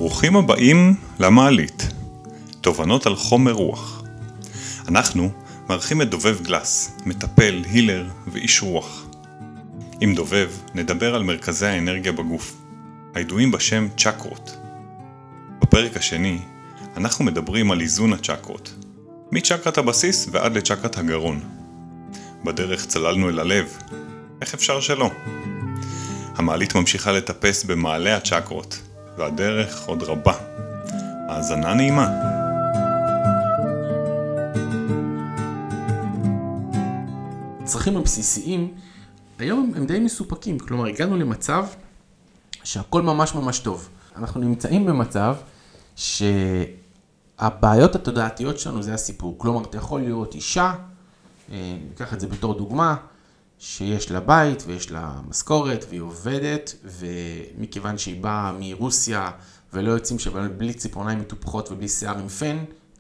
ברוכים הבאים למעלית, תובנות על חומר רוח. אנחנו מארחים את דובב גלס, מטפל, הילר ואיש רוח. עם דובב נדבר על מרכזי האנרגיה בגוף, הידועים בשם צ'קרות. בפרק השני אנחנו מדברים על איזון הצ'קרות, מצ'קרת הבסיס ועד לצ'קרת הגרון. בדרך צללנו אל הלב, איך אפשר שלא? המעלית ממשיכה לטפס במעלה הצ'קרות, והדרך עוד רבה. האזנה נעימה. הצרכים הבסיסיים היום הם די מסופקים, כלומר הגענו למצב שהכל ממש ממש טוב. אנחנו נמצאים במצב שהבעיות התודעתיות שלנו זה הסיפור. כלומר, אתה יכול לראות אישה, ניקח את זה בתור דוגמה, שיש לה בית ויש לה משכורת והיא עובדת, ומכיוון שהיא באה מרוסיה ולא יוצאים בלי ציפורניים מטופחות ובלי שיער עם פן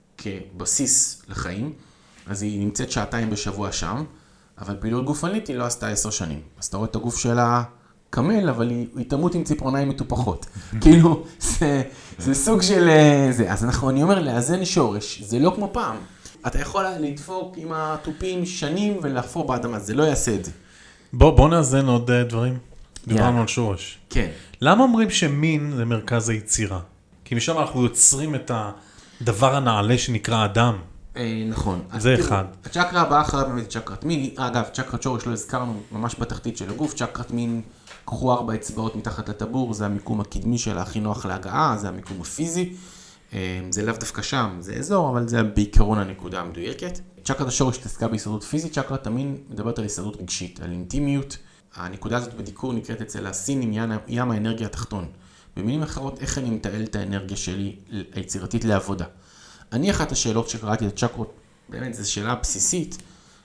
כבסיס לחיים, אז היא נמצאת שעתיים בשבוע שם, אבל פעילות גופנית היא לא עשתה 10 שנים. אז אתה רואה את הגוף שלה קמל, אבל היא תמות עם ציפורניים מטופחות. כאילו, זה סוג של זה. אז אני אומר, לאזן שורש, זה לא כמו פעם. אתה יכול לדפוק עם הטופים שנים ולחפור באדמה, זה לא יעשה את זה. בוא נאזן עוד דברים. דיברנו על שורש. כן. למה אומרים שמין זה מרכז היצירה? כי משם אנחנו יוצרים את הדבר הנעלה שנקרא אדם. נכון. זה אחד. הצ'קרה הבאה אחריה באמת צ'קרת מין. אגב, צ'קרת שורש לא הזכרנו ממש בתחתית של הגוף. צ'קרת מין, קחו 4 אצבעות מתחת לטבור, זה המיקום הקדמי שלה, הכי נוח להגעה, זה המיקום הפיזי. זה לאו דווקא שם, זה אזור, אבל זה בעיקרון הנקודה המדויקת. צ'קרת השורש תעסקה בהישרדות פיזית, צ'קרת המין מדברת על הישרדות רגשית, על אינטימיות. הנקודה הזאת בדיקור נקראת אצל הסינים ים האנרגיה התחתון. במילים אחרות, איך אני מתעל את האנרגיה שלי היצירתית לעבודה. אחת השאלות שקראתי את צ'קרות, באמת זו שאלה בסיסית,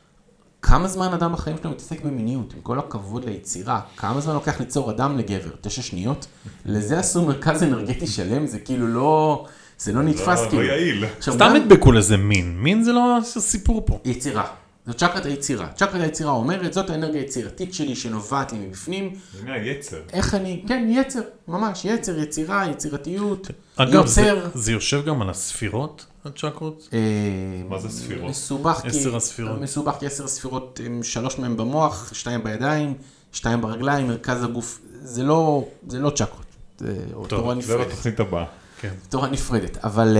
כמה זמן אדם בחיים שלו מתעסק במיניות, עם כל הכבוד ליצירה, כמה זמן לוקח ליצור אדם לגבר? 9 שניות? לזה עשו מרכז אנרגטי שלם, זה כאילו לא... זה לא נתפס כאילו. לא יעיל. סתם הדבקו לזה מין. מין זה לא סיפור פה. יצירה. זו צ'קרת היצירה. צ'קרת היצירה אומרת, זאת האנרגיה היצירתית שלי שנובעת לי מבפנים. הנה היצר. איך אני, כן, יצר, ממש, יצר, יצירה, יצירתיות. אגב, זה יושב גם על הספירות, הצ'קרות? מה זה ספירות? מסובך 10 הספירות. מסובך כי 10 הספירות, 3 מהם במוח, 2 בידיים, 2 ברגליים, מרכז הגוף. זה לא צ'קרות. זה תורה נפרדת. זה בתוכנית הבאה. כן. תורה נפרדת, אבל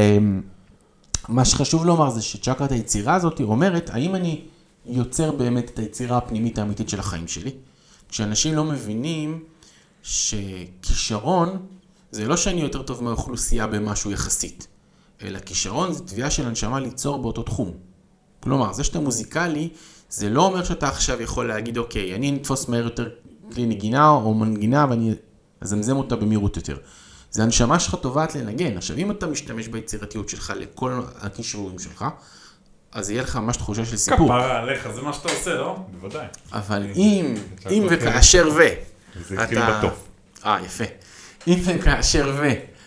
מה שחשוב לומר זה שצ'קרת היצירה הזאת אומרת, האם אני יוצר באמת את היצירה הפנימית האמיתית של החיים שלי? כשאנשים לא מבינים שכישרון זה לא שאני יותר טוב מהאוכלוסייה במשהו יחסית, אלא כישרון זה תביעה של הנשמה ליצור באותו תחום. כלומר, זה שאתה מוזיקלי, זה לא אומר שאתה עכשיו יכול להגיד, אוקיי, אני נתפוס מהר יותר כלי נגינה או מנגינה ואני אזמזם אותה במהירות יותר. זה הנשמה שלך טובעת לנגן. עכשיו, אם אתה משתמש ביצירתיות שלך לכל הכישורים שלך, אז יהיה לך ממש תחושה של סיפור. כפרה עליך, זה מה שאתה עושה, לא? בוודאי. אבל אם וכאשר זה התחיל בטוב. יפה. אם וכאשר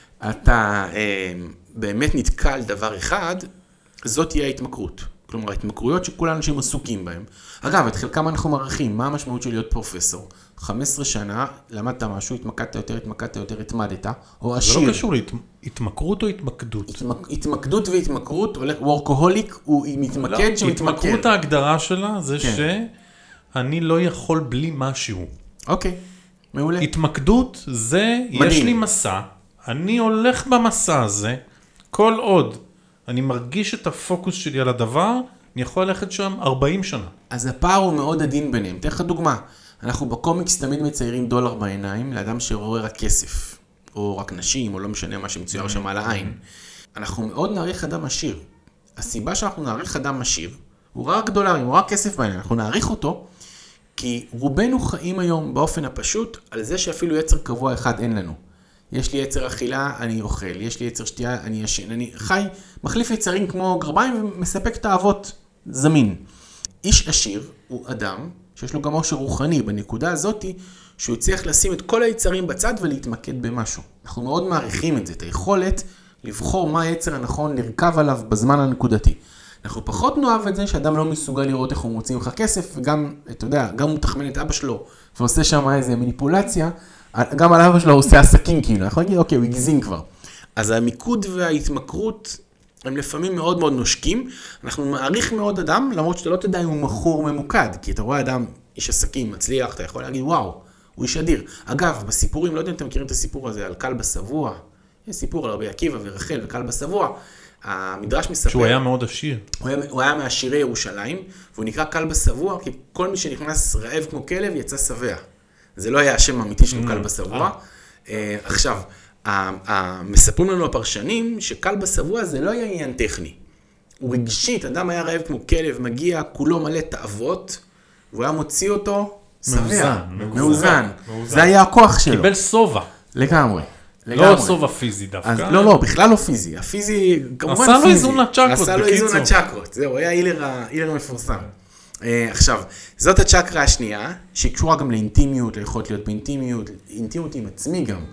אתה באמת נתקע על דבר אחד, זאת תהיה ההתמכרות. כלומר, ההתמכרויות שכל האנשים עסוקים בהם. אגב, את חלקם אנחנו מערכים. מה המשמעות של להיות פרופסור? 15 שנה, למדת משהו, התמקדת יותר, התמדת, או עשיר. זה לא קשור להתמכרות או התמקדות? התמקדות והתמכרות, וורקוהוליק הוא מתמקד שמתמקד. התמכרות ההגדרה שלה זה שאני לא יכול בלי משהו. אוקיי, מעולה. התמקדות זה, יש לי מסע, אני הולך במסע הזה, כל עוד אני מרגיש את הפוקוס שלי על הדבר, אני יכול ללכת שם 40 שנה. אז הפער הוא מאוד עדין ביניהם. תן לך דוגמה. אנחנו בקומיקס תמיד מציירים $1 בעיניים לאדם שרואה רק כסף, או רק נשים, או לא משנה מה שמצויר שם על העין. אנחנו מאוד נעריך אדם עשיר. הסיבה שאנחנו נעריך אדם עשיר, הוא רק דולרים, הוא רק כסף בעיניים. אנחנו נעריך אותו, כי רובנו חיים היום באופן הפשוט, על זה שאפילו יצר קבוע אחד אין לנו. יש לי יצר אכילה, אני אוכל. יש לי יצר שתייה, אני ישן. אני חי, מחליף יצרים כמו גרביים ומספק תאוות זמין. איש עשיר הוא אדם שיש לו גם עושר רוחני בנקודה הזאת, שהוא יצליח לשים את כל היצרים בצד ולהתמקד במשהו. אנחנו מאוד מעריכים את זה, את היכולת לבחור מה היצר הנכון לרכב עליו בזמן הנקודתי. אנחנו פחות נאהב את זה שאדם לא מסוגל לראות איך הוא מוציא לך כסף, וגם, אתה יודע, גם הוא תחמן את אבא שלו, ועושה שם איזה מניפולציה, גם על אבא שלו הוא עושה עסקים כאילו, אנחנו נגיד, אוקיי, הוא הגזין כבר. אז המיקוד וההתמכרות הם לפעמים מאוד מאוד נושקים. אנחנו מעריך מאוד אדם, למרות שאתה לא תדע אם הוא מכור ממוקד, כי אתה רואה אדם, איש עסקים, מצליח, אתה יכול להגיד, וואו, הוא איש אדיר. אגב, בסיפורים, לא יודע אם אתם מכירים את הסיפור הזה על כלבא שבוע, יש סיפור על רבי עקיבא ורחל וכלבא שבוע, המדרש מספר... שהוא היה מאוד עשיר. הוא היה מעשירי ירושלים, והוא נקרא כלבא שבוע, כי כל מי שנכנס רעב כמו כלב יצא שבע. זה לא היה השם האמיתי שלו כלבא שבוע. עכשיו, מספרים לנו הפרשנים שכלבא שבוע זה לא היה עניין טכני. הוא רגשית, אדם היה רעב כמו כלב, מגיע, כולו מלא תאוות, והוא היה מוציא אותו שבע. מאוזן. זה היה הכוח שלו. קיבל סובה. לגמרי. לא סובה פיזי דווקא. לא, בכלל לא פיזי. הפיזי, כמובן פיזי. עשה לו איזון הצ'קרות, עשה לו איזון הצ'קרות. זהו, היה הילר מפורסם. עכשיו, זאת הצ'קרה השנייה, שהיא קשורה גם לאינטימיות, ליכולת להיות באינטימיות, אינטימיות עם עצמי גם.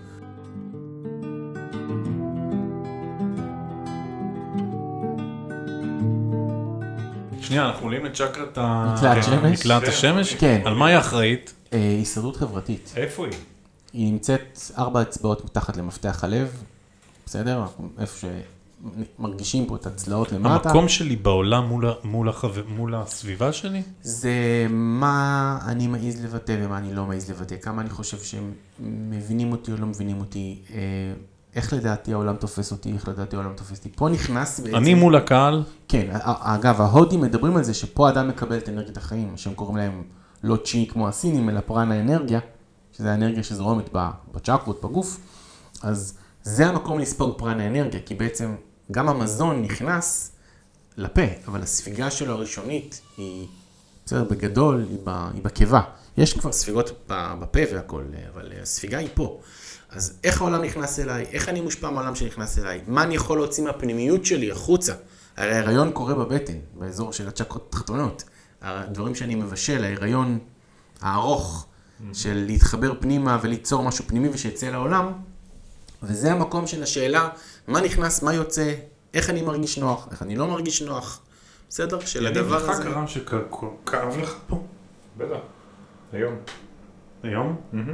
שנייה, אנחנו עולים לצ'קרת מקלעת השמש? כן. על מה היא אחראית? הישרדות חברתית. איפה היא? היא נמצאת 4 אצבעות מתחת למפתח הלב, בסדר? איפה שמרגישים פה את הצלעות למטה. המקום שלי בעולם מול הסביבה שלי? זה מה אני מעיז לבטא ומה אני לא מעיז לבטא. כמה אני חושב שהם מבינים אותי או לא מבינים אותי. איך לדעתי העולם תופס אותי, איך לדעתי העולם תופס אותי. פה נכנס בעצם... אני מול הקהל? כן, אגב, ההודים מדברים על זה שפה אדם מקבל את אנרגיית החיים, שהם קוראים להם לא צ'י כמו הסינים, אלא פרן האנרגיה, שזה האנרגיה שזורמת בצ'קרות, בגוף. אז זה המקום לספוג פרן האנרגיה, כי בעצם גם המזון נכנס לפה, אבל הספיגה שלו הראשונית היא, בסדר, בגדול, היא בקיבה. יש כבר ספיגות בפה והכל, אבל הספיגה היא פה. אז איך העולם נכנס אליי? איך אני מושפע מהעולם שנכנס אליי? מה אני יכול להוציא מהפנימיות שלי החוצה? הרי ההיריון קורה בבטן, באזור של הצ'קרות תחתונות. הדברים שאני מבשל, ההיריון הארוך של להתחבר פנימה וליצור משהו פנימי ושיצא לעולם, וזה המקום של השאלה, מה נכנס, מה יוצא, איך אני מרגיש נוח, איך אני לא מרגיש נוח. בסדר? של הדבר הזה. לך קרה שכאב לך פה? בטח. היום?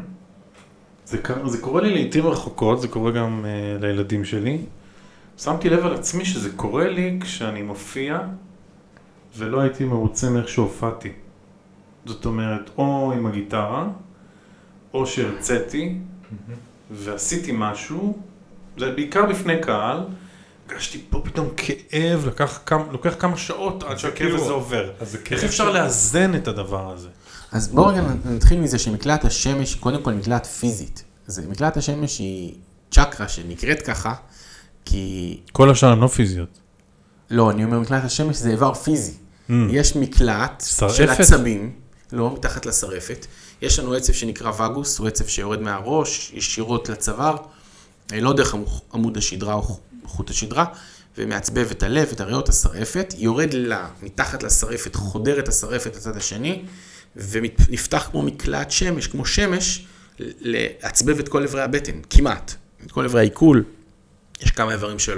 זה קורה לי לעתים רחוקות, זה קורה גם לילדים שלי. שמתי לב על עצמי שזה קורה לי כשאני מופיע ולא הייתי מרוצה מאיך שהופעתי. זאת אומרת, או עם הגיטרה, או שהרציתי ועשיתי משהו, זה בעיקר בפני קהל, הרגשתי פה פתאום כאב, לוקח כמה שעות עד שהכאב הזה עובר. איך אפשר לאזן את הדבר הזה? אז בואו רגע נתחיל מזה שמקלעת השמש היא קודם כל מקלעת פיזית. מקלעת השמש היא צ'קרה שנקראת ככה, כי... כל השאר הן לא פיזיות. לא, אני אומר מקלעת השמש זה איבר פיזי. יש מקלעת של עצבים, לא, מתחת לשרפת. יש לנו עצב שנקרא וגוס, הוא עצב שיורד מהראש, ישירות לצוואר, לא דרך עמוד השדרה או חוט השדרה, ומעצבב את הלב, את הריאות, השרפת, יורד מתחת לשרפת, חודר את השרפת לצד השני, ונפתח כמו מקלעת שמש, כמו שמש, לעצבב את כל עברי הבטן, כמעט, את כל עברי העיכול, יש כמה איברים שלו.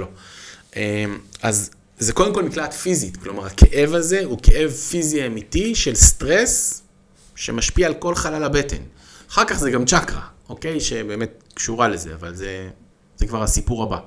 אז זה קודם כל מקלעת פיזית, כלומר הכאב הזה הוא כאב פיזי אמיתי של סטרס שמשפיע על כל חלל הבטן. אחר כך זה גם צ'קרה, אוקיי? שבאמת קשורה לזה, אבל זה כבר הסיפור הבא.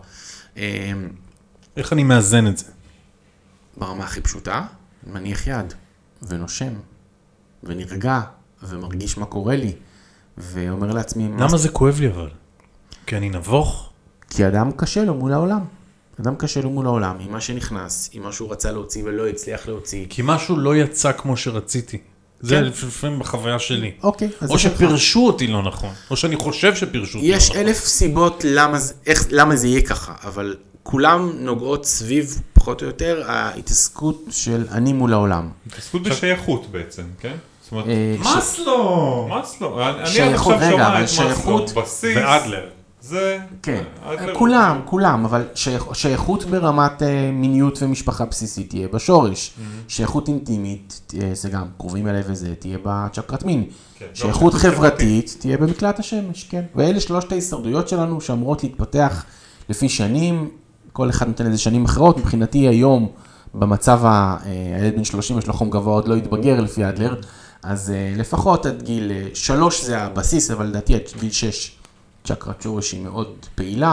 איך אני מאזן את זה? ברמה הכי פשוטה, מניח יד ונושם ונרגע ומרגיש מה קורה לי ואומר לעצמי... למה זה כואב לי אבל? כי אני נבוך? כי אדם קשה לו מול העולם. אדם קשה לו מול העולם, עם מה שנכנס, עם מה שהוא רצה להוציא ולא הצליח להוציא. כי משהו לא יצא כמו שרציתי. זה לפעמים בחוויה שלי. אוקיי. או שפרשו אותי לא נכון, או שאני חושב שפרשו אותי לא נכון. יש 1000 סיבות למה זה יהיה ככה, אבל כולם נוגעות סביב, פחות או יותר, ההתעסקות של אני מול העולם. התעסקות בשייכות בעצם, כן? זאת אומרת, מסלו! אני עד עכשיו שומע את מסלו, בסיס, ואדלר. זה... כן, כולם, אבל שייכות ברמת מיניות ומשפחה בסיסית תהיה בשורש. שייכות אינטימית, זה גם קרובים אליי וזה, תהיה בצ'קרת מין. שייכות חברתית תהיה במקלעת השמש, כן. ואלה 3 ההישרדויות שלנו שאמורות להתפתח לפי שנים, כל אחד נותן איזה שנים אחרות. מבחינתי היום, במצב הילד בן 30 יש לו חום גבוה, עוד לא יתבגר לפי אדלר, אז לפחות עד גיל 3 זה הבסיס, אבל לדעתי עד גיל 6. צ'קרת שורש היא מאוד פעילה,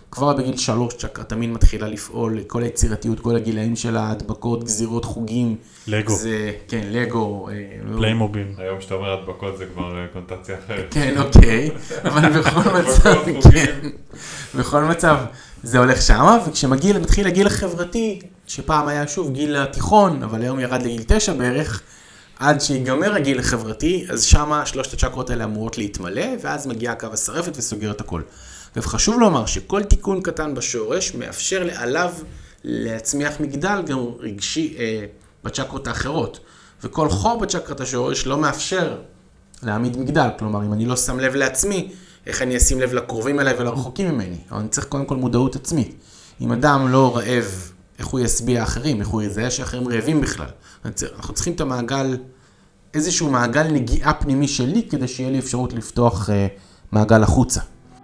כבר בגיל 3 צ'קרת תמיד מתחילה לפעול, כל היצירתיות, כל הגילאים של ההדבקות, גזירות, חוגים. לגו. כן, לגו. פליימוביל. היום שאתה אומר הדבקות זה כבר קונוטציה אחרת. כן, אוקיי, אבל בכל מצב, כן, בכל מצב זה הולך שמה, וכשמתחיל הגיל החברתי, שפעם היה שוב גיל התיכון, אבל היום ירד לגיל 9 בערך, עד שיגמר הגיל החברתי, אז שמה 3 הצ'קרות האלה אמורות להתמלא, ואז מגיע הקו השרפת וסוגר את הכל. וחשוב לומר שכל תיקון קטן בשורש מאפשר לעליו להצמיח מגדל גם רגשי בצ'קרות האחרות. וכל חור בצ'קרת השורש לא מאפשר להעמיד מגדל. כלומר, אם אני לא שם לב לעצמי, איך אני אשים לב לקרובים אליי ולרחוקים ממני? אבל אני צריך קודם כל מודעות עצמית. אם אדם לא רעב, איך הוא יסביע אחרים? איך הוא יזהה שאחרים רעבים בכלל? אנחנו צריכים את המעגל, איזשהו מעגל נגיעה פנימי שלי, כדי שיהיה לי אפשרות לפתוח מעגל החוצה.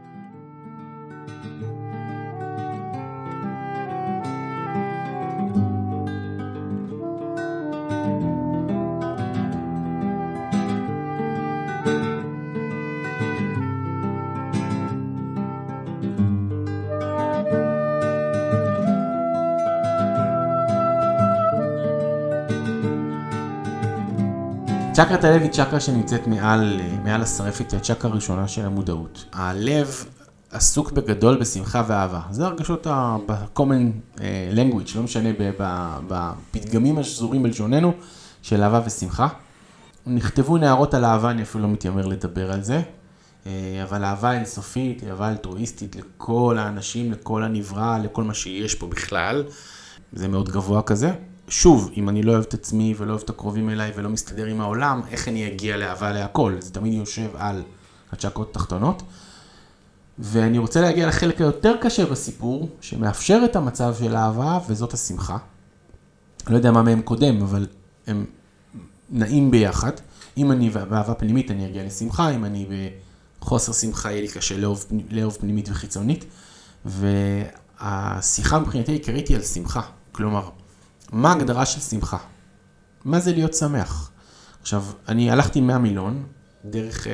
צ'קרת הלב היא צ'קרה שנמצאת מעל השרפת, היא הצ'קרה הראשונה של המודעות. הלב עסוק בגדול בשמחה ואהבה. זה הרגשות ב-common language, לא משנה, בפתגמים השזורים בלשוננו, של אהבה ושמחה. נכתבו נערות על אהבה, אני אפילו לא מתיימר לדבר על זה, אבל אהבה אינסופית, אהבה אלטרואיסטית לכל האנשים, לכל הנברא, לכל מה שיש פה בכלל. זה מאוד גבוה כזה. שוב, אם אני לא אוהב את עצמי ולא אוהב את הקרובים אליי ולא מסתדר עם העולם, איך אני אגיע לאהבה להכל? זה תמיד יושב על הצ'קרות התחתונות. ואני רוצה להגיע לחלק היותר קשה בסיפור, שמאפשר את המצב של האהבה, וזאת השמחה. אני לא יודע מה מהם קודם, אבל הם נעים ביחד. אם אני באהבה פנימית, אני אגיע לשמחה. אם אני בחוסר שמחה, יהיה לי קשה לאהוב פנימית וחיצונית. והשיחה מבחינתי העיקרית היא על שמחה. כלומר, מה ההגדרה של שמחה? מה זה להיות שמח? עכשיו, אני הלכתי 100 מילון, דרך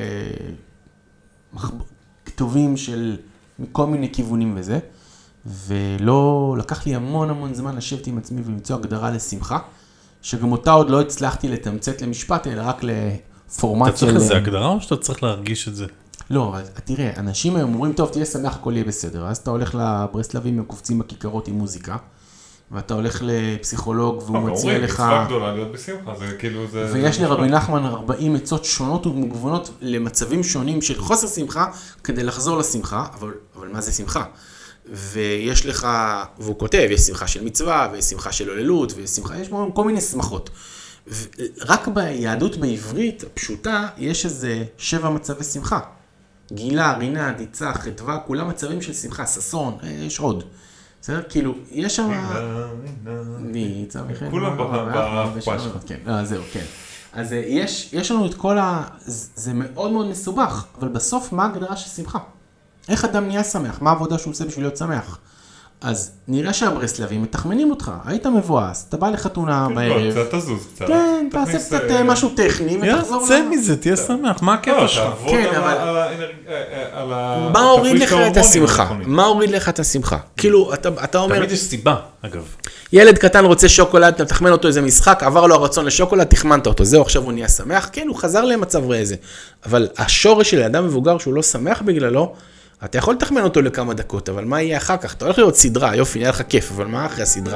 כתובים של מכל מיני כיוונים וזה, ולא לקח לי המון זמן לשבת עם עצמי ולמצוא הגדרה לשמחה, שגם אותה עוד לא הצלחתי לתמצת למשפט, אלא רק לפורמט של... אתה צריך לזה הגדרה או שאתה צריך להרגיש את זה? לא, תראה, אנשים היום אומרים, טוב, תהיה שמח, הכל יהיה בסדר. אז אתה הולך לברסלבים, הם קופצים בכיכרות עם מוזיקה, ואתה הולך לפסיכולוג והוא מציע לך... מצווה גדולה להיות בשמחה, זה כאילו זה... ויש לרבי נחמן 40 עצות שונות ומגוונות למצבים שונים של חוסר שמחה, כדי לחזור לשמחה, אבל מה זה שמחה? ויש לך, והוא כותב, יש שמחה של מצווה, ויש שמחה של הוללות, ויש כל מיני שמחות. רק ביהדות בעברית הפשוטה, יש איזה 7 מצבי שמחה. גילה, רינה, דיצה, חטבה, כולם מצבים של שמחה, ששון, יש עוד. בסדר? כאילו, יש שם... דיצה וכן. כולם בפשט. כן, זהו, כן. אז יש לנו את כל זה מאוד מאוד מסובך, אבל בסוף מה ההגדרה של שמחה? איך אדם נהיה שמח? מה העבודה שהוא עושה בשביל להיות שמח? אז נראה שהברסלבים מתחמנים אותך, היית מבואס, אתה בא לחתונה בערב. קצת תזוז קצת. כן, תעשה קצת משהו טכני ותחזור. צא מזה, תהיה שמח, מה הקטע שלך? כן, אבל... מה הוריד לך את השמחה? מה הוריד לך את השמחה? כאילו, אתה אומר... תמיד יש סיבה, אגב. ילד קטן רוצה שוקולד, אתה תחמן אותו איזה משחק, עבר לו הרצון לשוקולד, תחמנת אותו, זהו, עכשיו הוא נהיה שמח, כן, הוא חזר למצב רעזה. אבל השורש של האדם מבוגר שהוא לא שמח בגללו, אתה יכול לתחמן אותו לכמה דקות, אבל מה יהיה אחר כך? אתה הולך לראות סדרה, יופי, נהיה לך כיף, אבל מה אחרי הסדרה?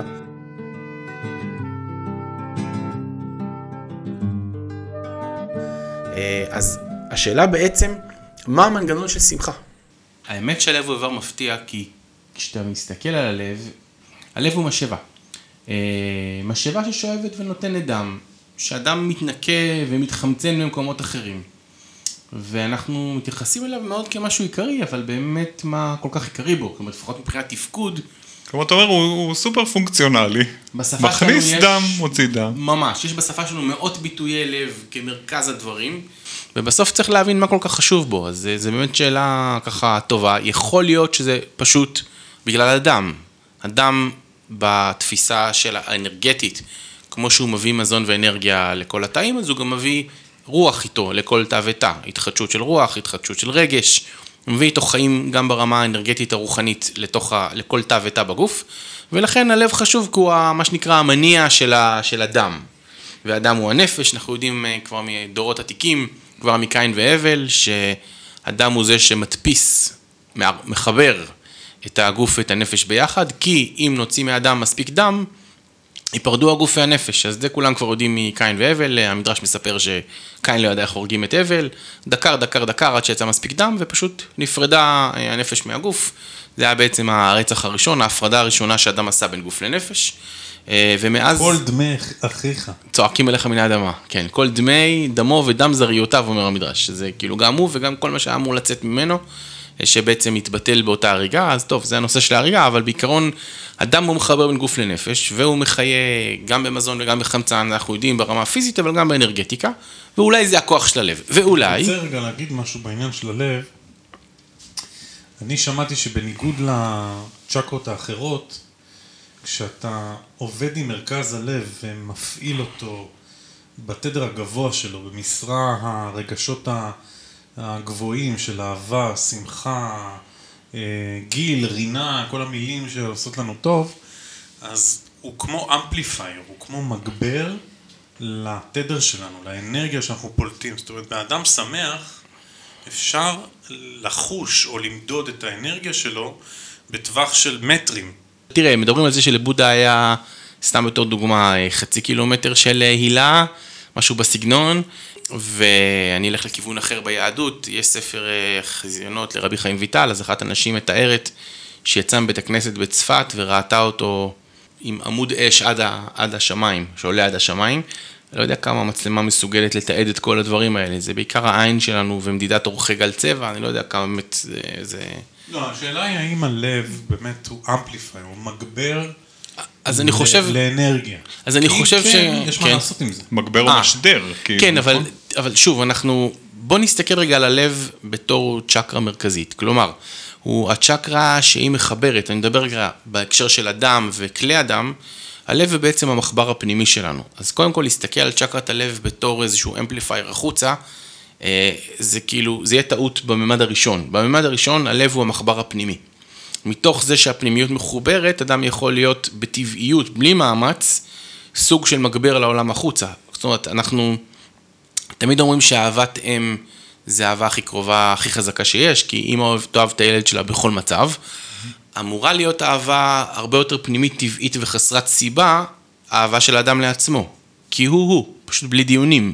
אז השאלה בעצם, מה המנגנון של שמחה? האמת שהלב הוא איבר מפתיע, כי כשאתה מסתכל על הלב, הלב הוא משאבה. משאבה ששואבת ונותנת דם, שאדם מתנקה ומתחמצן במקומות אחרים. ואנחנו מתייחסים אליו מאוד כמשהו עיקרי, אבל באמת מה כל כך עיקרי בו? כלומר, לפחות מבחינת תפקוד. כמו אתה אומר, הוא סופר פונקציונלי. מכניס דם, מוציא דם. ממש, יש בשפה שלנו מאות ביטויי לב כמרכז הדברים, ובסוף צריך להבין מה כל כך חשוב בו. אז זה באמת שאלה ככה טובה. יכול להיות שזה פשוט בגלל הדם. הדם בתפיסה של האנרגטית, כמו שהוא מביא מזון ואנרגיה לכל התאים, אז הוא גם מביא רוח איתו לכל תא ותא, התחדשות של רוח, התחדשות של רגש, הוא מביא איתו חיים גם ברמה האנרגטית הרוחנית לכל תא ותא בגוף, ולכן הלב חשוב כי הוא מה שנקרא המניע של הדם. והדם הוא הנפש, אנחנו יודעים כבר מדורות עתיקים, כבר מקין והבל, שהדם הוא זה שמדפיס, מחבר את הגוף ואת הנפש ביחד, כי אם נוציא מהדם מספיק דם, ייפרדו הגוף והנפש. אז זה כולם כבר יודעים מקין והבל, המדרש מספר שקין לא ידע איך הורגים את הבל, דקר עד שיצא מספיק דם, ופשוט נפרדה הנפש מהגוף. זה היה בעצם הרצח הראשון, ההפרדה הראשונה שאדם עשה בין גוף לנפש. ומאז... כל דמי אחיך. צועקים אליך מן האדמה, כן. כל דמי, דמו ודם זריותיו, אומר המדרש. זה כאילו גם הוא וגם כל מה שהיה אמור לצאת ממנו, שבעצם מתבטל באותה הריגה. אז טוב, זה הנושא של ההריגה, אבל בעיקרון, הדם הוא מחבר בין גוף לנפש, והוא מחיה גם במזון וגם בחמצן, אנחנו יודעים ברמה הפיזית, אבל גם באנרגטיקה, ואולי זה הכוח של הלב. ואולי... אני רוצה רגע להגיד משהו בעניין של הלב. אני שמעתי שבניגוד לצ'קרות האחרות, כשאתה עובד עם מרכז הלב ומפעיל אותו בתדר הגבוה שלו, במשרה הרגשות הגבוהים של אהבה, שמחה, גיל, רינה, כל המילים שעושות לנו טוב, אז הוא כמו אמפליפייר, הוא כמו מגבר לתדר שלנו, לאנרגיה שאנחנו פולטים. זאת אומרת, באדם שמח אפשר לחוש או למדוד את האנרגיה שלו בטווח של מטרים. תראה, מדברים על זה שלבודה היה, סתם בתור דוגמה, 0.5 קילומטר של הילה, משהו בסגנון, ואני אלך לכיוון אחר ביהדות, יש ספר חזיונות לרבי חיים ויטל, אז אחת הנשים מתארת שיצאה מבית הכנסת בצפת וראתה אותו עם עמוד אש עד השמיים, שעולה עד השמיים. לא יודע כמה המצלמה מסוגלת לתעד את כל הדברים האלה, זה בעיקר העין שלנו ומדידת אורכי גל צבע, אני לא יודע כמה באמת זה... לא, השאלה היא האם הלב באמת הוא אמפליפייר, הוא מגבר אז אני חושב... לאנרגיה. אז אני חושב ש... יש מה לעשות עם זה. מגבר או משדר. כן, אבל שוב, בוא נסתכל רגע על הלב בתור צ'קרה מרכזית. כלומר, הוא הצ'קרה שהיא מחברת, אני מדבר רגע בהקשר של הדם וכלי הדם, הלב הוא בעצם המחבר הפנימי שלנו. אז קודם כל להסתכל על צ'קרת הלב בתור איזשהו אמפליפייר החוצה, זה כאילו, זה יהיה טעות בממד הראשון. בממד הראשון, הלב הוא המחבר הפנימי. מתוך זה שהפנימיות מחוברת, אדם יכול להיות בטבעיות, בלי מאמץ, סוג של מגבר לעולם החוצה. זאת אומרת, אנחנו תמיד אומרים שאהבת אם זה האהבה הכי קרובה, הכי חזקה שיש, כי אמא תאהב את הילד שלה בכל מצב. אמורה להיות אהבה הרבה יותר פנימית, טבעית וחסרת סיבה, האהבה של האדם לעצמו. כי הוא, פשוט בלי דיונים.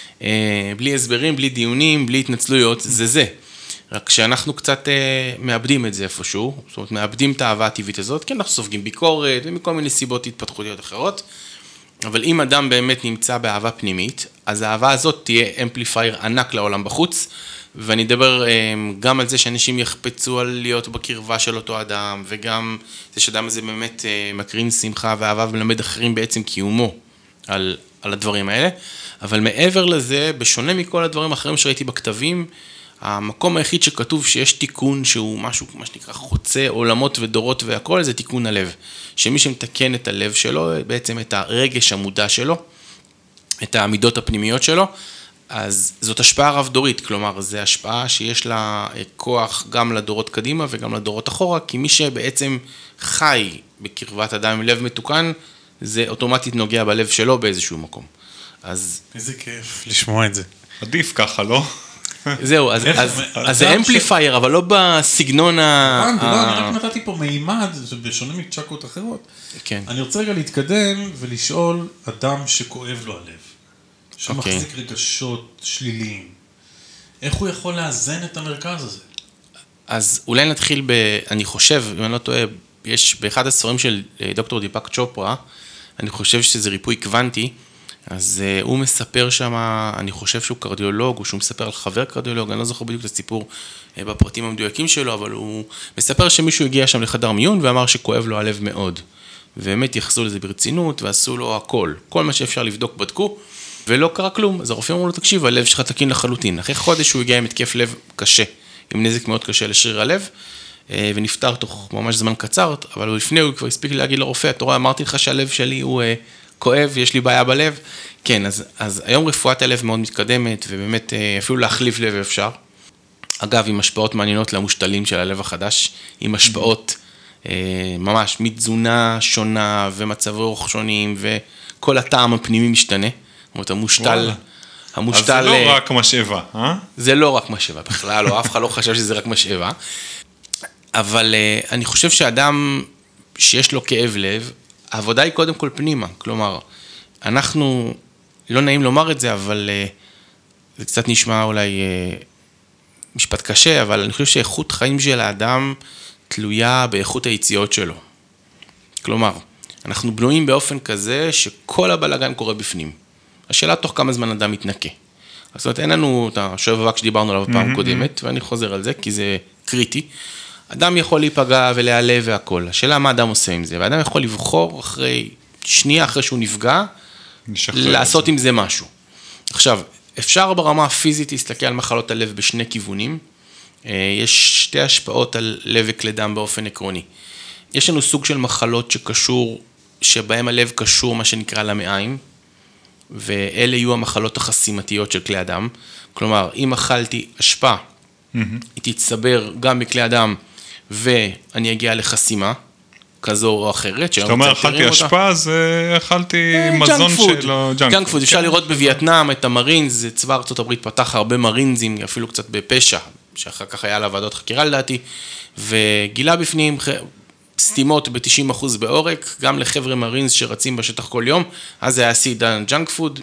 בלי הסברים, בלי דיונים, בלי התנצלויות, זה. רק שאנחנו קצת מאבדים את זה איפשהו, זאת אומרת, מאבדים את האהבה הטבעית הזאת, כן, אנחנו סופגים ביקורת ומכל מיני סיבות התפתחותיות אחרות, אבל אם אדם באמת נמצא באהבה פנימית, אז האהבה הזאת תהיה אמפליפייר ענק לעולם בחוץ, ואני אדבר גם על זה שאנשים יחפצו על להיות בקרבה של אותו אדם, וגם זה שאדם הזה באמת מקרין שמחה ואהבה ולמד אחרים בעצם קיומו על הדברים האלה, אבל מעבר לזה, בשונה מכל הדברים האחרים שראיתי בכתבים, המקום היחיד שכתוב שיש תיקון שהוא משהו, מה שנקרא, חוצה עולמות ודורות והכל, זה תיקון הלב. שמי שמתקן את הלב שלו, בעצם את הרגש המודע שלו, את העמידות הפנימיות שלו, אז זאת השפעה רב דורית, כלומר, זו השפעה שיש לה כוח גם לדורות קדימה וגם לדורות אחורה, כי מי שבעצם חי בקרבת אדם עם לב מתוקן, זה אוטומטית נוגע בלב שלו באיזשהו מקום. אז... איזה כיף לשמוע את זה. עדיף ככה, לא? זהו, אז זה אמפליפייר, אבל לא בסגנון אני רק נתתי פה מימד, בשונה מצ'קרות אחרות. אני רוצה רגע להתקדם ולשאול אדם שכואב לו הלב, שמחזיק רגשות שליליים. איך הוא יכול לאזן את המרכז הזה? אז אולי נתחיל אני חושב, אם אני לא טועה, יש באחד הספרים של דוקטור דיפק צ'ופרה, אני חושב שזה ריפוי קוונטי, אז הוא מספר שם, אני חושב שהוא קרדיולוג, או שהוא מספר על חבר קרדיולוג, אני לא זוכר בדיוק את הסיפור בפרטים המדויקים שלו, אבל הוא מספר שמישהו הגיע שם לחדר מיון ואמר שכואב לו הלב מאוד. ובאמת יחסו לזה ברצינות ועשו לו הכל. כל מה שאפשר לבדוק בדקו, ולא קרה כלום. אז הרופאים אמרו לו, תקשיב, הלב שלך תקין לחלוטין. אחרי חודש הוא הגיע עם התקף לב קשה, עם נזק מאוד קשה לשריר הלב, ונפטר תוך ממש זמן קצר, אבל לפני הוא כבר הספיק להגיד לרופא, אתה רואה, אמרתי לך שהלב שלי הוא כואב, יש לי בעיה בלב. כן, אז היום רפואת הלב מאוד מתקדמת, ובאמת אפילו להחליף לב אפשר. אגב, עם השפעות מעניינות למושתלים של הלב החדש, עם השפעות ממש מתזונה שונה ומצבי אורח שונים, וכל הטעם הפנימי משתנה. זאת אומרת, המושתל... אז זה לא רק משאבה, אה? זה לא רק משאבה, בכלל, לא, אף אחד לא חשב שזה רק משאבה. אבל אני חושב שאדם שיש לו כאב לב, העבודה היא קודם כל פנימה. כלומר, אנחנו, לא נעים לומר את זה, אבל זה קצת נשמע אולי משפט קשה, אבל אני חושב שאיכות חיים של האדם תלויה באיכות היציאות שלו. כלומר, אנחנו בנויים באופן כזה שכל הבלגן קורה בפנים. השאלה תוך כמה זמן אדם מתנקה. זאת אומרת, אין לנו את השואב אבק שדיברנו עליו בפעם קודמת, ואני חוזר על זה, כי זה קריטי. אדם יכול להיפגע ולהיעלב והכל. השאלה מה אדם עושה עם זה, ואדם יכול לבחור אחרי שנייה אחרי שהוא נפגע, לעשות עם זה משהו. עכשיו, אפשר ברמה הפיזית להסתכל על מחלות הלב בשני כיוונים. יש שתי השפעות על לב וכלי דם באופן עקרוני. יש לנו סוג של מחלות שבהם הלב קשור מה שנקרא למעיים, ואלה יהיו המחלות החסימתיות של כלי הדם. כלומר, אם אכלתי אשפה, היא תצטבר גם בכלי הדם, ואני אגיע לחסימה, כזו או אחרת. זאת אומרת, אכלתי אשפה, אז אכלתי מזון שלו, ג'אנק פוד. אפשר לראות בווייטנאם את המרינז, צבא ארצות הברית פתח הרבה מרינזים, אפילו קצת בפשע, שאחר כך היה לה ועדות חקירה לדעתי, וגילה בפנים סתימות ב-90% בעורק, גם לחבר'ה מרינז שרצים בשטח כל יום, אז זה היה סידן ג'אנק פוד,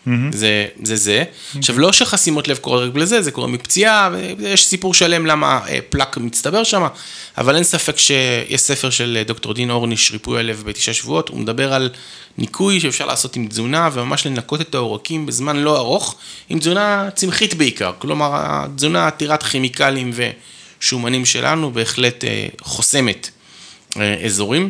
זה. עכשיו, לא שחסימות לב קורה רק לזה, זה קורה מפציעה, ויש סיפור שלם למה פלק מצטבר שם, אבל אין ספק שיש ספר של דוקטור דין אורניש, ריפוי הלב ב9 שבועות, הוא מדבר על ניקוי שאפשר לעשות עם תזונה, וממש לנקות את העורקים בזמן לא ארוך, עם תזונה צמחית בעיקר, כלומר, התזונה עתירת כימיקלים ושומנים שלנו, בהחלט חוסמת אזורים.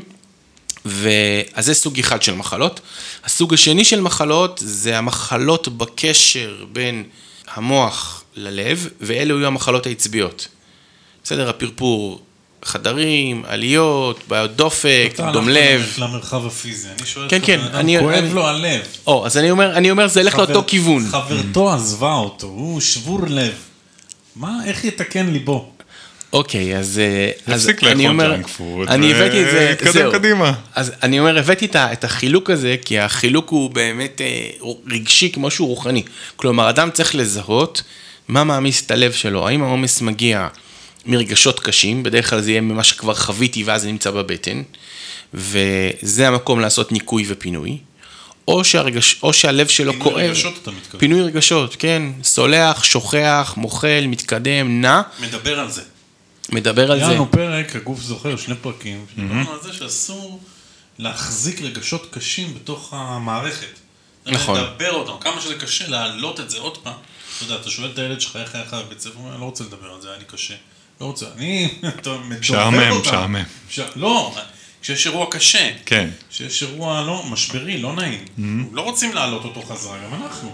אז זה סוג אחד של מחלות. הסוג השני של מחלות זה המחלות בקשר בין המוח ללב, ואלו יהיו המחלות העצביות. בסדר, הפרפור, חדרים, עליות, בעיות דופק, דום לב. אתה הלך למרחב הפיזי, אני שואל כן, כן, כואב לו הלב. אז אני אומר, זה הלך לאותו כיוון. חברתו עזבה אותו, הוא שבור לב. איך יתקן ליבו? אוקיי, אז אני אומר, ג'אנק פוד, אני הבאתי את זה, קדם קדימה. אז אני אומר, הבאתי את החילוק הזה, כי החילוק הוא באמת רגשי כמו שהוא רוחני. כלומר, אדם צריך לזהות מה מעמיס את הלב שלו, האם העומס מגיע מרגשות קשים, בדרך כלל זה יהיה ממה שכבר חוויתי ואז זה נמצא בבטן, וזה המקום לעשות ניקוי ופינוי, או שהלב שלו כואב. פינוי רגשות אתה מתכוון. פינוי רגשות, כן. סולח, שוכח, מוחל, מתקדם, נע. מדבר על זה. היה לנו פרק, הגוף זוכר, 2 פרקים, שדיברנו על זה שאסור להחזיק רגשות קשים בתוך המערכת. נכון. לדבר אותם, כמה שזה קשה, להעלות את זה עוד פעם. אתה יודע, אתה שואל את הילד שלך, איך היה לך בבית ספר, אני לא רוצה לדבר על זה, היה לי קשה. לא רוצה, אני מדובר אותם. לא, כשיש אירוע קשה. כן. כשיש אירוע משברי, לא נעים. לא רוצים להעלות אותו חזרה, גם אנחנו.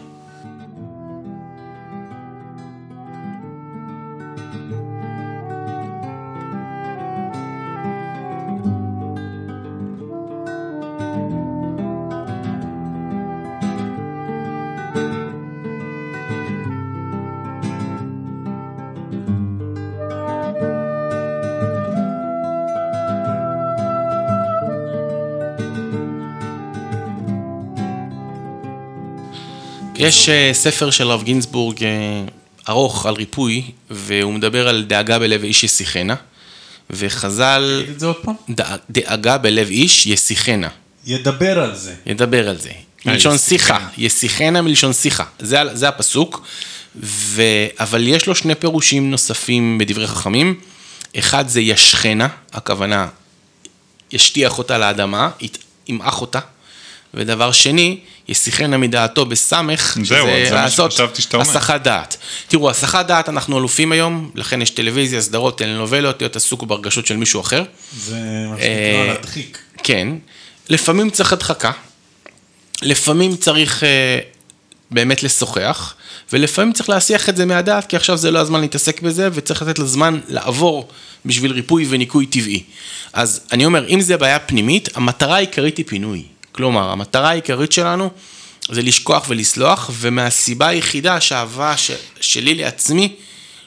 יש ספר של הרב גינסבורג ארוך על ריפוי, והוא מדבר על דאגה בלב איש ישיחנה, וחז"ל... תגיד את זה עוד פעם? דאגה בלב איש ישיחנה. ידבר על זה. ידבר על זה. מלשון שיחה, ישיחנה מלשון שיחה. זה הפסוק, אבל יש לו 2 פירושים נוספים בדברי חכמים. אחד זה ישכנה, הכוונה ישטיח אותה לאדמה, ימעך אותה. ודבר שני, ישיחנה מדעתו בסמך, שזה לעשות הסחת דעת. תראו, הסחת דעת אנחנו אלופים היום, לכן יש טלוויזיה, סדרות, טלנובלות, להיות עסוק ברגשות של מישהו אחר. זה מה שנקרא להדחיק. כן. לפעמים צריך הדחקה, לפעמים צריך באמת לשוחח, ולפעמים צריך להסיח את זה מהדעת, כי עכשיו זה לא הזמן להתעסק בזה, וצריך לתת לזמן לעבור בשביל ריפוי וניקוי טבעי. אז אני אומר, אם זה בעיה פנימית, המטרה העיקרית היא פינוי. כלומר, המטרה העיקרית שלנו זה לשכוח ולסלוח, ומהסיבה היחידה שהאהבה שלי לעצמי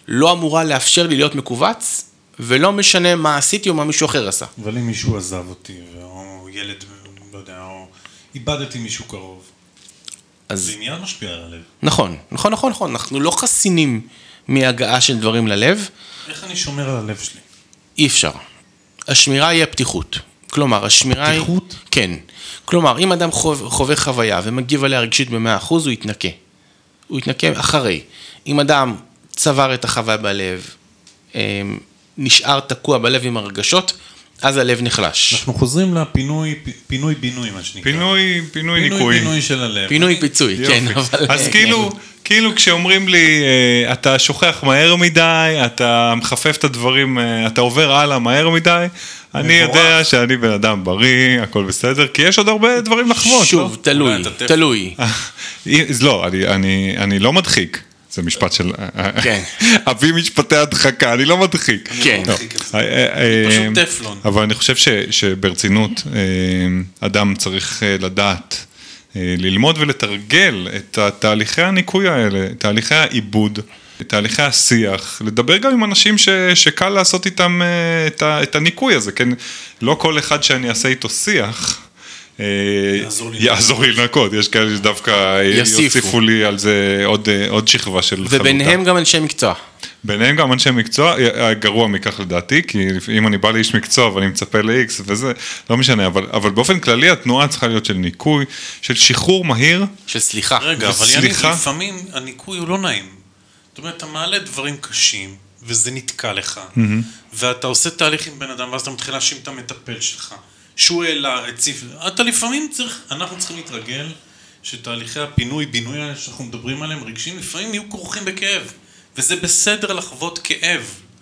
לא אמורה לאפשר לי להיות מקובץ, ולא משנה מה עשיתי או מה מישהו אחר עשה. אבל אם מישהו עזב אותי, או ילד, לא יודע, או איבדתי מישהו קרוב, זה מיד משפיע על הלב. נכון. אנחנו לא חסינים מהגעה של דברים ללב. איך אני שומר על הלב שלי? אי אפשר. השמירה היא הפתיחות. כלומר, השמירה היא... הפתיחות? כן. כלומר, אם אדם חווה חוויה ומגיב עליה רגשית ב100%, הוא יתנקה. הוא יתנקה אחרי. אם אדם צבר את החוויה בלב, נשאר תקוע בלב עם הרגשות, אז הלב נחלש. אנחנו חוזרים לפינוי-בינוי, מה שנקרא. פינוי ניקוי. פינוי של הלב. פינוי פיצוי, כן. אז כאילו כשאומרים לי, אתה שוכח מהר מדי, אתה מחפף את הדברים, אתה עובר הלאה מהר מדי, אני יודע שאני בן אדם בריא, הכל בסדר, כי יש עוד הרבה דברים לחוות. שוב, תלוי. לא, אני לא מדחיק. זה משפט של... כן. אבי משפטי הדחקה, אני לא מדחיק. כן. פשוט טפלון. אבל אני חושב שברצינות, אדם צריך לדעת, ללמוד ולתרגל את תהליכי הניקוי האלה, תהליכי העיבוד, תהליכי השיח, לדבר גם עם אנשים שקל לעשות איתם את הניקוי הזה, כן? לא כל אחד שאני אעשה איתו שיח, יעזור לי לנקות, יש כאלה שדווקא יוסיפו לי על זה עוד שכבה של חלוטה. וביניהם גם אנשי מקצוע. ביניהם גם אנשי מקצוע, גרוע מכך לדעתי, כי אם אני בא לאיש מקצוע ואני מצפה ל-X וזה, לא משנה, אבל באופן כללי התנועה צריכה להיות של ניקוי, של שחרור מהיר. של סליחה. רגע, אבל לפעמים הניקוי הוא לא נעים. זאת אומרת, אתה מעלה דברים קשים, וזה נתקע לך, ואתה עושה תהליך עם בן אדם, ואז אתה מתחיל להאשים את המטפל שלך. שהוא העלה, הציף, אתה לפעמים אנחנו צריכים להתרגל שתהליכי הפינוי, בינוי שאנחנו מדברים עליהם, רגשים, לפעמים יהיו כרוכים בכאב, וזה בסדר לחוות כאב.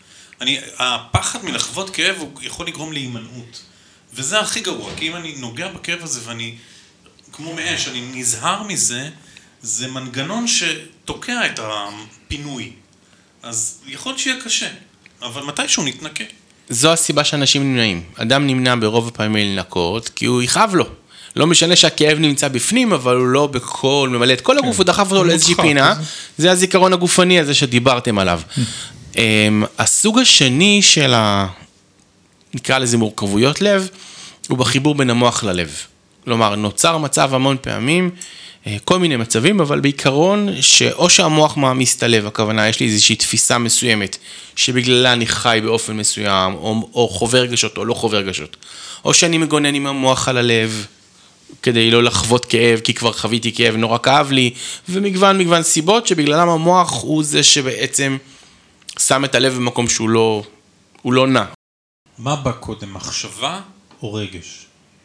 הפחד מלחוות כאב הוא יכול לגרום להימנעות, וזה הכי גרוע, כי אם אני נוגע בכאב הזה ואני, כמו מאש, אני נזהר מזה, זה מנגנון שתוקע את הפינוי, אז יכול להיות שיהיה קשה, אבל מתישהו נתנקה. זו הסיבה שאנשים נמנעים. אדם נמנע ברוב הפעמים לנקות, כי הוא יכאב לו. לא משנה שהכאב נמצא בפנים, אבל הוא לא בכל, ממלא את כל הגוף, הוא דחף אותו לאיזושהי פינה. זה הזיכרון הגופני הזה שדיברתם עליו. הסוג השני של נקרא לזה מורכבויות לב, הוא בחיבור בין המוח ללב. כלומר, נוצר מצב המון פעמים, כל מיני מצבים, אבל בעיקרון שאו שהמוח מעמיס את הלב, הכוונה, יש לי איזושהי תפיסה מסוימת, שבגללה אני חי באופן מסוים, או חווה רגשות או לא חווה רגשות, או שאני מגונן עם המוח על הלב, כדי לא לחוות כאב, כי כבר חוויתי כאב, נורא כאב לי, ומגוון סיבות, שבגללם המוח הוא זה שבעצם שם את הלב במקום שהוא לא נע. מה בא קודם, מחשבה או רגש?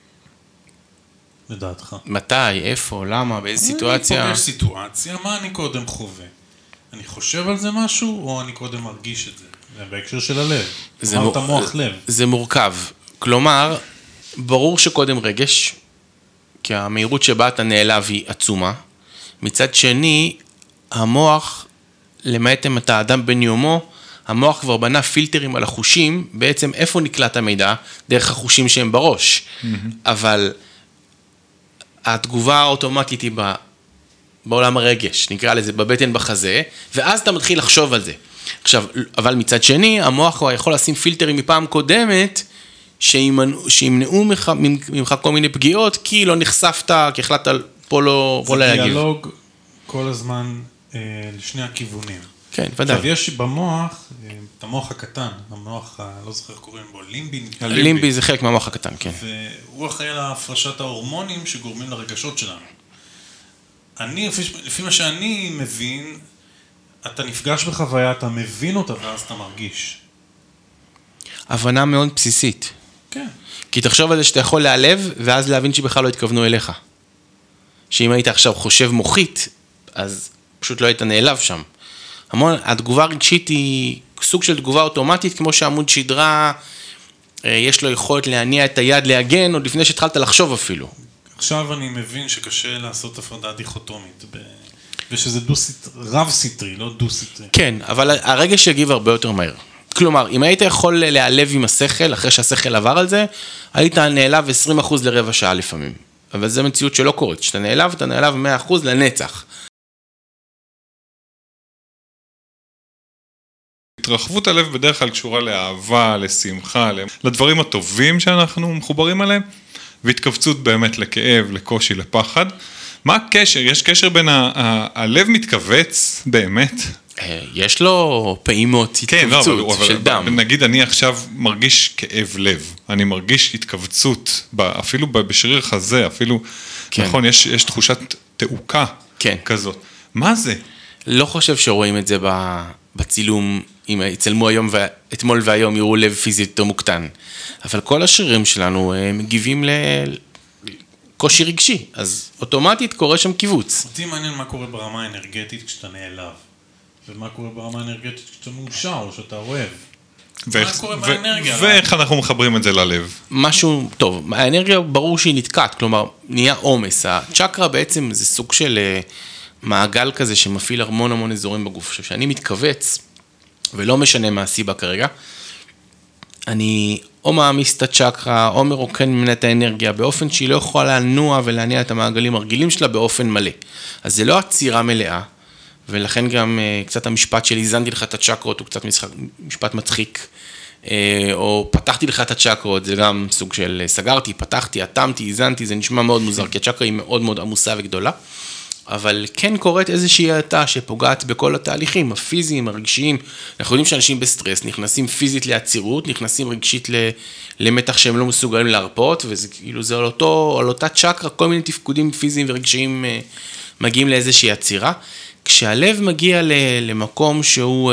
לדעתך. מתי, איפה, למה, באיזו סיטואציה? אני פוגש סיטואציה, מה אני קודם חווה? אני חושב על זה משהו, או אני קודם מרגיש את זה? זה בהקשר של הלב. אמרת מוח לב. זה מורכב. כלומר, ברור שקודם רגש, כי המהירות שבה אתה נעלב היא עצומה. מצד שני, המוח, למעט אם אתה אדם בן יומו, המוח כבר בנה פילטרים על החושים, בעצם איפה נקלט המידע? דרך החושים שהם בראש. אבל התגובה האוטומטית היא בעולם הרגש, נקרא לזה, בבטן בחזה, ואז אתה מתחיל לחשוב על זה. עכשיו, אבל מצד שני, המוח יכול לשים פילטרים מפעם קודמת, שימנעו ממך כל מיני פגיעות, כי לא נחשפת, כי החלטת פה לא להגיב. זה דיאלוג כל הזמן לשני הכיוונים. כן, ודאי. עכשיו, יש במוח, את המוח הקטן, המוח, לא זוכר איך קוראים בו, לימבי. לימבי זה חלק מהמוח הקטן, כן. והוא אחראי על הפרשת ההורמונים שגורמים לרגשות שלנו. לפי מה שאני מבין, אתה נפגש בחוויה, אתה מבין אותה, ואז אתה מרגיש. הבנה מאוד בסיסית. כן. כי תחשוב על זה שאתה יכול להיעלב, ואז להבין שבכלל לא התכוונו אליך. שאם היית עכשיו חושב מוחית, אז פשוט לא היית נעלב שם. התגובה הרגשית היא סוג של תגובה אוטומטית, כמו שעמוד שדרה, יש לו יכולת להניע את היד להגן, עוד לפני שהתחלת לחשוב אפילו. עכשיו אני מבין שקשה לעשות הפרדה דיכוטומית, ושזה רב-סטרי, לא דו-סטרי. כן, אבל הרגש יגיב הרבה יותר מהר. כלומר, אם היית יכול להיעלב עם השכל, אחרי שהשכל עבר על זה, היית נעלב 20% לרבע שעה לפעמים. אבל זו מציאות שלא קורית. כשאתה נעלב, אתה נעלב 100% לנצח. התרחבות הלב בדרך כלל קשורה לאהבה, לשמחה, לדברים הטובים שאנחנו מחוברים עליהם, והתכווצות באמת לכאב, לקושי, לפחד. מה הקשר? יש קשר בין הלב מתכווץ באמת? יש לו פעימות התכווצות של דם. נגיד אני עכשיו מרגיש כאב לב, אני מרגיש התכווצות, אפילו בשריר חזה, אפילו, נכון, יש תחושת תעוקה כזאת. מה זה? לא חושב שרואים את זה בצילום, אם יצלמו היום ואתמול והיום יראו לב פיזי יותר מוקטן. אבל כל השרירים שלנו מגיבים לקושי רגשי, אז אוטומטית קורה שם קיבוץ. אותי מעניין מה קורה ברמה האנרגטית כשאתה נעלב, ומה קורה ברמה האנרגטית כשאתה מאושר או שאתה אוהב. מה קורה באנרגיה? ואיך אנחנו מחברים את זה ללב? משהו טוב, האנרגיה ברור שהיא נתקעת, כלומר נהיה עומס. הצ'קרה בעצם זה סוג של מעגל כזה שמפעיל המון אזורים בגוף. עכשיו, שאני מתכווץ, ולא משנה מה הסיבה כרגע, אני או מעמיס את הצ'קרה, או מרוקן ממנה את האנרגיה, באופן שהיא לא יכולה לנוע ולהניע את המעגלים הרגילים שלה באופן מלא. אז זה לא עצירה מלאה, ולכן גם קצת המשפט של איזנתי לך את הצ'קרות, הוא קצת משפט מצחיק, או פתחתי לך את הצ'קרות, זה גם סוג של סגרתי, פתחתי, אטמתי, איזנתי, זה נשמע מאוד מוזר, כי הצ'קרה היא מאוד עמוסה וגדולה, אבל כן קורית איזושהי האטה שפוגעת בכל התהליכים, הפיזיים, הרגשיים. אנחנו יודעים שאנשים בסטרס נכנסים פיזית לעצירות, נכנסים רגשית למתח שהם לא מסוגלים להרפות, וזה כאילו זה על אותה צ'קרה, כל מיני תפקודים פיזיים ורגשיים מגיעים לאיזושהי עצירה. כשהלב מגיע למקום שהוא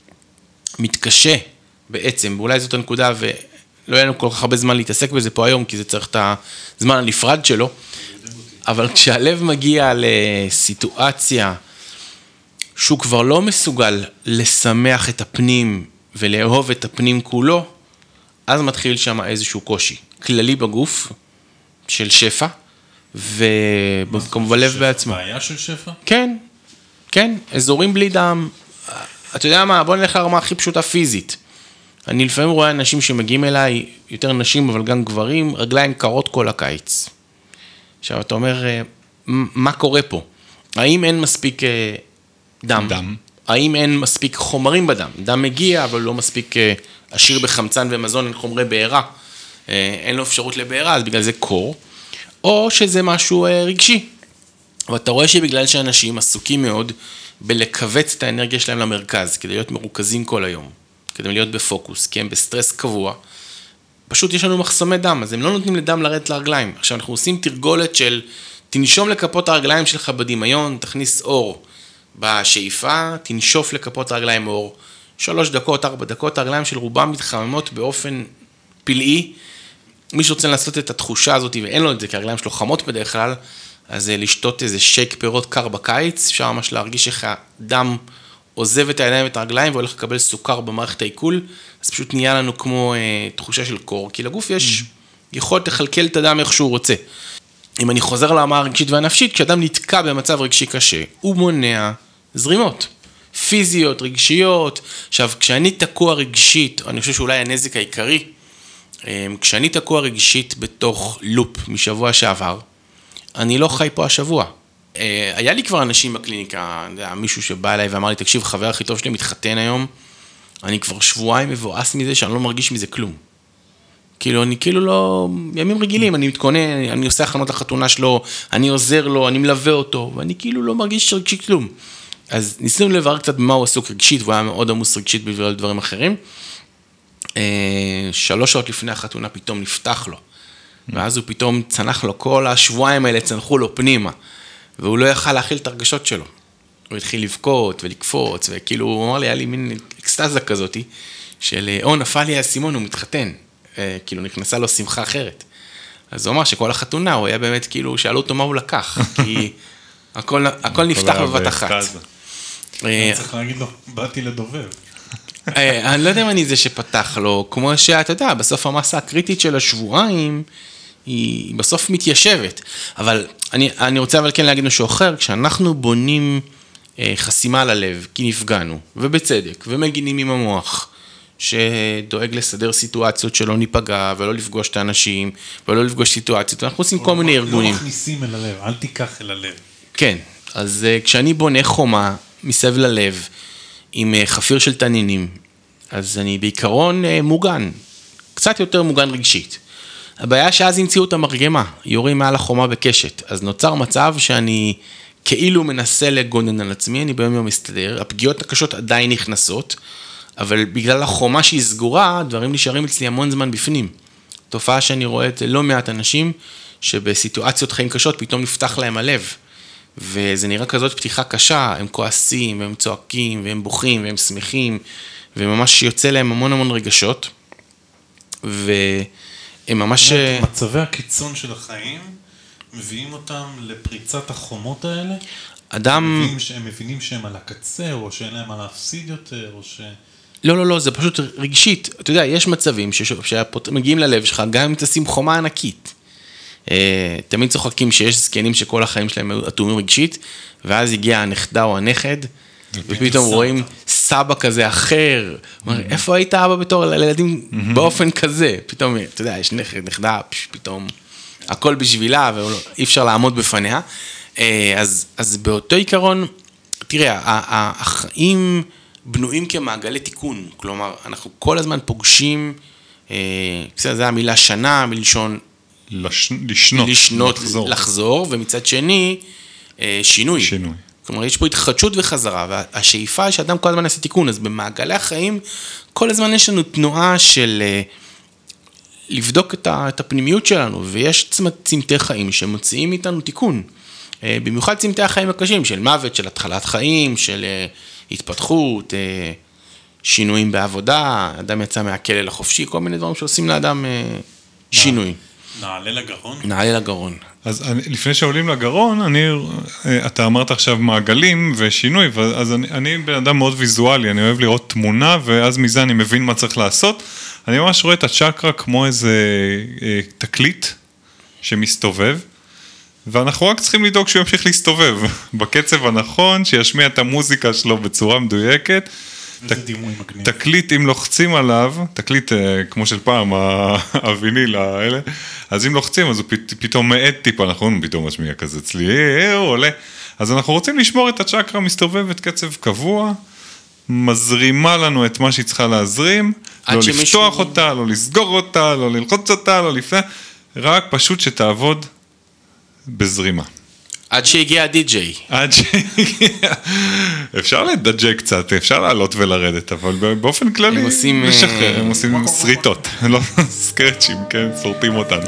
מתקשה בעצם, ואולי זאת הנקודה, ולא יהיה לנו כל כך הרבה זמן להתעסק בזה פה היום, כי זה צריך את הזמן הנפרד שלו, אבל כשהלב מגיע לסיטואציה שהוא כבר לא מסוגל לשמח את הפנים ולאהוב את הפנים כולו, אז מתחיל שם איזשהו קושי כללי בגוף של שפע, וכמובן לב בעצמו. בעיה של שפע? כן, אזורים בלי דם. אתה יודע מה, בוא נלך לרמה הכי פשוטה פיזית. אני לפעמים רואה אנשים שמגיעים אליי, יותר נשים אבל גם גברים, רגליים קרות כל הקיץ. עכשיו אתה אומר, מה קורה פה? האם אין מספיק דם? האם אין מספיק חומרים בדם? דם מגיע, אבל לא מספיק עשיר בחמצן ומזון, אין חומרי בעירה. אין לו אפשרות לבעירה, אז בגלל זה קור. או שזה משהו רגשי. ואתה רואה שבגלל שאנשים עסוקים מאוד בלכווץ את האנרגיה שלהם למרכז, כדי להיות מרוכזים כל היום, כדי להיות בפוקוס, כי הם בסטרס קבוע, פשוט יש לנו מחסומי דם, אז הם לא נותנים לדם לרדת לרגליים. עכשיו אנחנו עושים תרגולת של, תנשום לכפות הרגליים שלך בדמיון, תכניס אור בשאיפה, תנשוף לכפות הרגליים אור, 3 דקות, 4 דקות, הרגליים של רובם מתחממות באופן פלאי. מי שרוצה לעשות את התחושה הזאת, ואין לו את זה, כי הרגליים שלו חמות בדרך כלל, אז לשתות איזה שייק פירות קר בקיץ, אפשר ממש להרגיש איך הדם עוזב את הידיים ואת הרגליים, והולך לקבל סוכר במערכת העיכול, אז פשוט נהיה לנו כמו תחושה של קור, כי לגוף יש יכולת לחלקל את הדם איך שהוא רוצה. אם אני חוזר לרמה הרגשית והנפשית, כשאדם נתקע במצב רגשי קשה, הוא מונע זרימות, פיזיות, רגשיות. עכשיו, כשאני תקוע רגשית, אני חושב שאולי הנזק העיקרי, כשאני תקוע רגשית בתוך לופ משבוע שעבר, אני לא חי פה השבוע. היה לי כבר אנשים בקליניקה, מישהו שבא אליי ואמר לי, תקשיב, חבר הכי טוב שלי מתחתן היום, אני כבר שבועיים מבואס מזה שאני לא מרגיש מזה כלום. אני לא, ימים רגילים, אני מתכונן, אני עושה הכנות לחתונה שלו, אני עוזר לו, אני מלווה אותו, ואני לא מרגיש רגשי כלום. אז ניסינו לברר קצת במה הוא עסוק רגשית, והוא היה מאוד עמוס רגשית בגלל דברים אחרים. 3 שעות לפני החתונה פתאום נפתח לו, ואז הוא פתאום צנח לו, כל השבועיים האלה צנחו לו פנימה, והוא לא יכל להכיל את הרגשות שלו. הוא התחיל לבכות ולקפוץ, וכאילו הוא אמר לי, היה לי מין אקסטזה כזאת, של נפל לי הסימון, הוא מתחתן. נכנסה לו שמחה אחרת. אז הוא אמר שכל החתונה, הוא היה באמת שאלו אותו מה הוא לקח, כי הכל נפתח בבת אחת. אני צריך להגיד לו, באתי לדובב. אני לא יודע אם אני זה שפתח לו, כמו שאתה יודע, בסוף המסה הקריטית של השבועיים, היא בסוף מתיישבת. אבל אני רוצה כן להגיד משהו אחר, כשאנחנו בונים חסימה ללב, כי נפגענו, ובצדק, ומגינים עם המוח, שדואג לסדר סיטואציות שלא ניפגע, ולא לפגוש את האנשים, ולא לפגוש סיטואציות, אנחנו עושים כל מיני ארגונים. לא מכניסים אל הלב, אל תיקח אל הלב. כן, אז כשאני בונה חומה מסביב ללב, עם חפיר של תנינים, אז אני בעיקרון מוגן, קצת יותר מוגן רגשית. הבעיה שאז המציאו את המרגמה, יורים מעל החומה בקשת, אז נוצר מצב שאני כאילו מנסה לגונן על עצמי, אני ביום יום מסתדר, הפגיעות הקשות עדיין נכנסות, אבל בגלל החומה שהיא סגורה, דברים נשארים אצלי המון זמן בפנים. תופעה שאני רואה את לא מעט אנשים, שבסיטואציות חיים קשות פתאום נפתח להם הלב, וזה נראה כזאת פתיחה קשה, הם כועסים, והם צועקים, והם בוכים, והם שמחים, וממש יוצא להם המון המון רגשות, והם ממש... מצבי הקיצון של החיים, מביאים אותם לפריצת החומות האלה? אדם... הם מבינים שהם על הקצה, או שאין להם מה להפסיד יותר, או ש... לא, זה פשוט רגשית. אתה יודע, יש מצבים שמגיעים ללב שלך, גם אם תשים חומה ענקית. תמיד צוחקים שיש זקנים שכל החיים שלהם אטומים רגשית, ואז הגיע הנכדה או הנכד, ופתאום רואים סבא כזה אחר. איפה היית אבא בתור לילדים באופן כזה? פתאום, אתה יודע, יש נכדה, פתאום הכל בשבילה, ואי אפשר לעמוד בפניה. אז באותו עיקרון, תראה, החיים בנויים כמעגלי תיקון. כלומר, אנחנו כל הזמן פוגשים, זה המילה שנה, מלשון לשנות, לחזור, ומצד שני, שינוי. כלומר, יש פה התחדשות וחזרה, והשאיפה היא שאדם כל הזמן יעשה תיקון, אז במעגלי החיים, כל הזמן יש לנו תנועה של לבדוק את הפנימיות שלנו, ויש צמתי חיים שמוציאים איתנו תיקון. במיוחד צמתי החיים הקשים, של מוות, של התחלת חיים, של התפתחות, שינויים בעבודה, אדם יצא מהכלא לחופשי, כל מיני דברים שעושים לאדם שינוי. נעלה לגרון? נעלה לגרון. אז לפני שעולים לגרון, אתה אמרת עכשיו מעגלים ושינוי, אז אני בן אדם מאוד ויזואלי, אני אוהב לראות תמונה, ואז מזה אני מבין מה צריך לעשות. אני ממש רואה את הצ'קרה כמו איזה תקליט שמסתובב, ואנחנו רק צריכים לדאוג שהוא ימשיך להסתובב בקצב הנכון, שישמיע את המוזיקה שלו בצורה מדויקת. תקליט, אם לוחצים עליו, תקליט כמו של פעם, הוויניל האלה, אז אם לוחצים, אז הוא פתאום מעט טיפה, נכון? פתאום משמיע כזה אצלי, הוא עולה. אז אנחנו רוצים לשמור את הצ'קרה מסתובבת קצב קבוע, מזרימה לנו את מה שהיא צריכה להזרים, לא לפתוח אותה, לא לסגור אותה, לא ללחוץ אותה, לא לפני, רק פשוט שתעבוד בזרימה. עד שהגיע הדי-ג'יי. אפשר לדג'י קצת, אפשר לעלות ולרדת, אבל באופן כללי הם עושים שריטות, לא סקרצ'ים, כן, שורטים אותנו.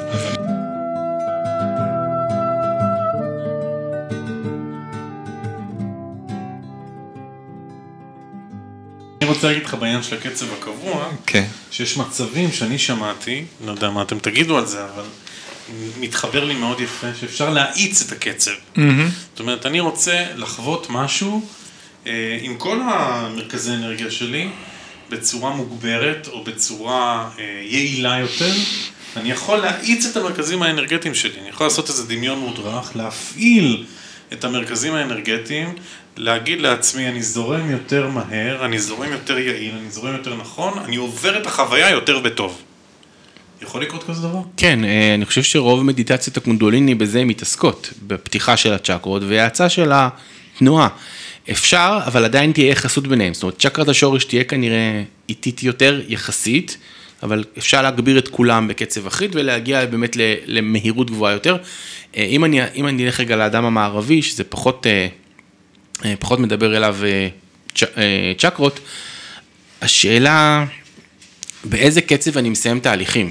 אני רוצה להגיד לך בעניין של הקצב הקבוע, שיש מצבים שאני שמעתי, לא יודע מה אתם תגידו על זה, אבל מתחבר לי מאוד יפה, שאפשר להאיץ את הקצב. זאת אומרת, אני רוצה לחוות משהו עם כל המרכזי אנרגיה שלי, בצורה מוגברת או בצורה יעילה יותר, אני יכול להאיץ את המרכזים האנרגטיים שלי, אני יכול לעשות איזה דמיון מודרך, להפעיל את המרכזים האנרגטיים, להגיד לעצמי, אני זורם יותר מהר, אני זורם יותר יעיל, אני זורם יותר נכון, אני עובר את החוויה יותר בטוב. יכול לקרות כזה דבר? כן, אני חושב שרוב מדיטציות הקונדוליני בזה מתעסקות, בפתיחה של הצ'קרות וההאצה של התנועה. אפשר, אבל עדיין תהיה יחסות ביניהם. זאת אומרת, צ'קרת השורש תהיה כנראה איטית יותר יחסית, אבל אפשר להגביר את כולם בקצב אחיד ולהגיע באמת למהירות גבוהה יותר. אם אני אלך רגע לאדם המערבי, שזה פחות מדבר אליו צ'קרות, השאלה באיזה קצב אני מסיים תהליכים.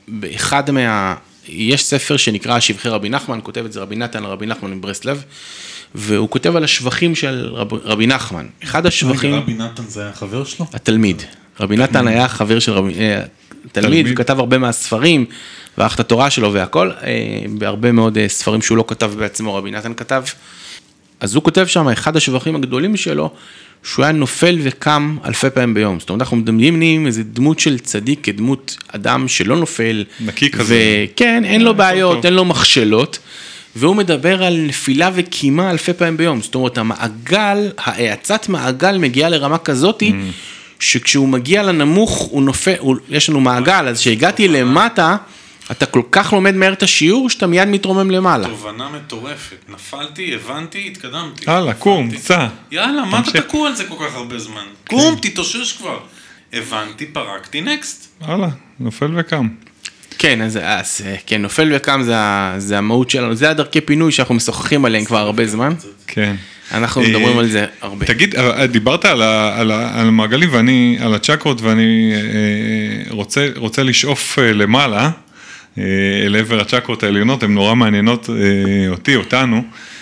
יש ספר שנקרא שבחי רבי נחמן, כותב את זה רבי נתן לרבי נחמן מברסלב, והוא כותב על השבחים של רבי נחמן. אחד השבחים... רבי נתן זה היה חבר שלו? התלמיד. רבי נתן היה חבר של תלמיד, וכתב הרבה מהספרים, ואהב את התורה שלו והכל, בהרבה מאוד ספרים שהוא לא כתב בעצמו, רבי נתן כתב. אז הוא כותב שם, אחד השבחים הגדולים שלו, שהוא היה נופל וקם אלפי פעמים ביום. זאת אומרת, אנחנו מדמיינים איזו דמות של צדיק, כדמות אדם שלא נופל. נקי כזה. וכן, אין לו בעיות, אין לו מכשלות, והוא מדבר על נפילה וקימה אלפי פעמים ביום. זאת אומרת, ההאצת מעגל מגיעה לרמה כזאת, שכשהוא מגיע לנמוך, הוא נופל, יש לנו מעגל, אז שהגעתי למטה, אתה כל כך לומד מהר את השיעור, שאתה מיד מתרומם למעלה. תובנה מטורפת. נפלתי, הבנתי, התקדמתי. הלאה, קום, צא. יאללה, מה אתה תקוע על זה כל כך הרבה זמן? קום, תתאושש כבר. הבנתי, פרקתי, נקסט. הלאה, נופל וקם. כן, אז כן, נופל וקם זה המהות שלנו, זה הדרכי פינוי שאנחנו משוחחים עליהם כבר הרבה זמן. כן. אנחנו מדברים על זה הרבה. תגיד, דיברת על המעגלים ואני, על הצ'קרות, ואני רוצה לשאוף למעלה, לעבר הצ'קרות העליונות, הן נורא מעניינות אותי, אותנו.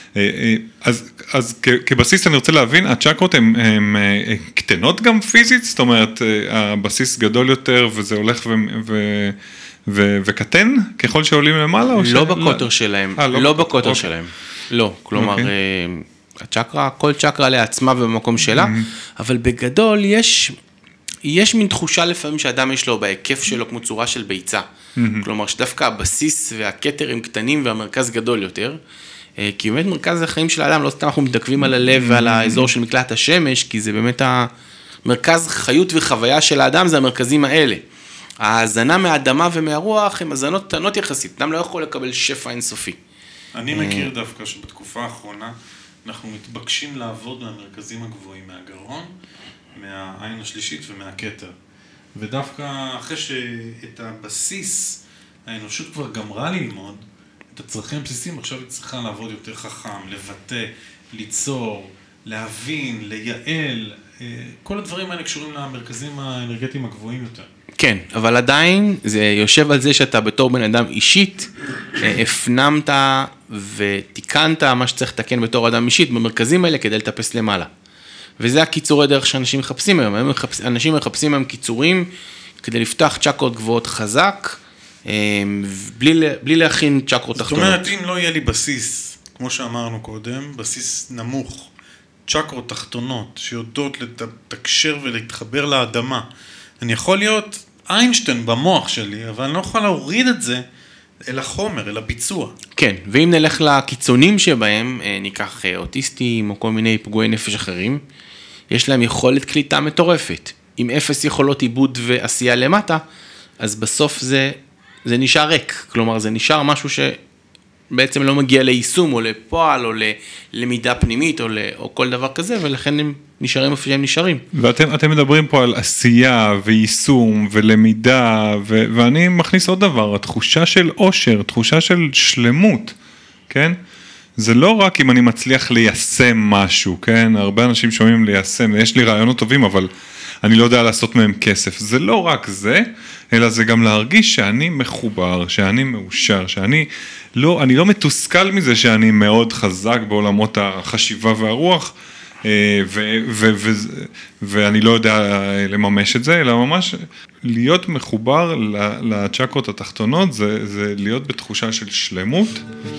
אז כבסיס אני רוצה להבין, הצ'קרות הן קטנות גם פיזית? זאת אומרת, הבסיס גדול יותר וזה הולך וקטן ככל שעולים למעלה? לא בקוטר שלהם, לא בקוטר שלהם. לא, כלומר, הצ'קרה, כל צ'קרה לעצמה ובמקום שלה, אבל בגדול יש מין תחושה לפעמים שאדם יש לו בהיקף שלו כמו צורה של ביצה. כלומר, שדווקא הבסיס והכתר הם קטנים והמרכז גדול יותר. כי באמת מרכז החיים של האדם, לא סתם אנחנו מתעכבים על הלב ועל האזור של מקלט השמש, כי זה באמת המרכז חיות וחוויה של האדם, זה המרכזים האלה. ההזנה מהאדמה ומהרוח הם הזנות קטנות יחסית, אדם לא יכול לקבל שפע אינסופי. אני מכיר דווקא שבתקופה האחרונה אנחנו מתבקשים לעבוד מהמרכזים הגבוהים, מהגרון, מהעין השלישית ומהכתר. ודווקא אחרי שאת הבסיס האנושות כבר גמרה ללמוד, את הצרכים הבסיסיים, עכשיו היא צריכה לעבוד יותר חכם, לבטא, ליצור, להבין, לייעל, כל הדברים האלה קשורים למרכזים האנרגטיים הגבוהים יותר. כן, אבל עדיין זה יושב על זה שאתה בתור בן אדם אישית, הפנמת ותיקנת מה שצריך לתקן בתור אדם אישית במרכזים האלה כדי לטפס למעלה. וזה הקיצורי דרך שאנשים מחפשים היום, אנשים מחפשים היום קיצורים כדי לפתוח צ'קרות גבוהות חזק, בלי להכין צ'קרות תחתונות. זאת אומרת, אם לא יהיה לי בסיס, כמו שאמרנו קודם, בסיס נמוך, צ'קרות תחתונות, שיודעות לתקשר ולהתחבר לאדמה, אני יכול להיות איינשטיין במוח שלי, אבל אני לא יכול להוריד את זה אל החומר, אל הביצוע. כן, ואם נלך לקיצונים שבהם, ניקח אוטיסטים או כל מיני פגועי נפש אחרים, יש להם יכולת קליטה מטורפת. עם אפס יכולות עיבוד ועשייה למטה, אז בסוף זה נשאר ריק. כלומר, זה נשאר משהו שבעצם לא מגיע ליישום או לפועל או ללמידה פנימית או כל דבר כזה, ולכן הם נשארים איפה שהם נשארים. ואתם מדברים פה על עשייה ויישום ולמידה, ואני מכניס עוד דבר, התחושה של עושר, תחושה של שלמות, כן? זה לא רק אם אני מצליח ליישם משהו, כן? הרבה אנשים שומעים ליישם, יש לי רעיונות טובים, אבל אני לא יודע לעשות מהם כסף. זה לא רק זה, אלא זה גם להרגיש שאני מחובר, שאני מאושר, שאני לא מתוסכל מזה שאני מאוד חזק בעולמות החשיבה והרוח, ואני לא יודע לממש את זה, אלא ממש להיות מחובר לצ'קרות התחתונות, זה להיות בתחושה של שלמות.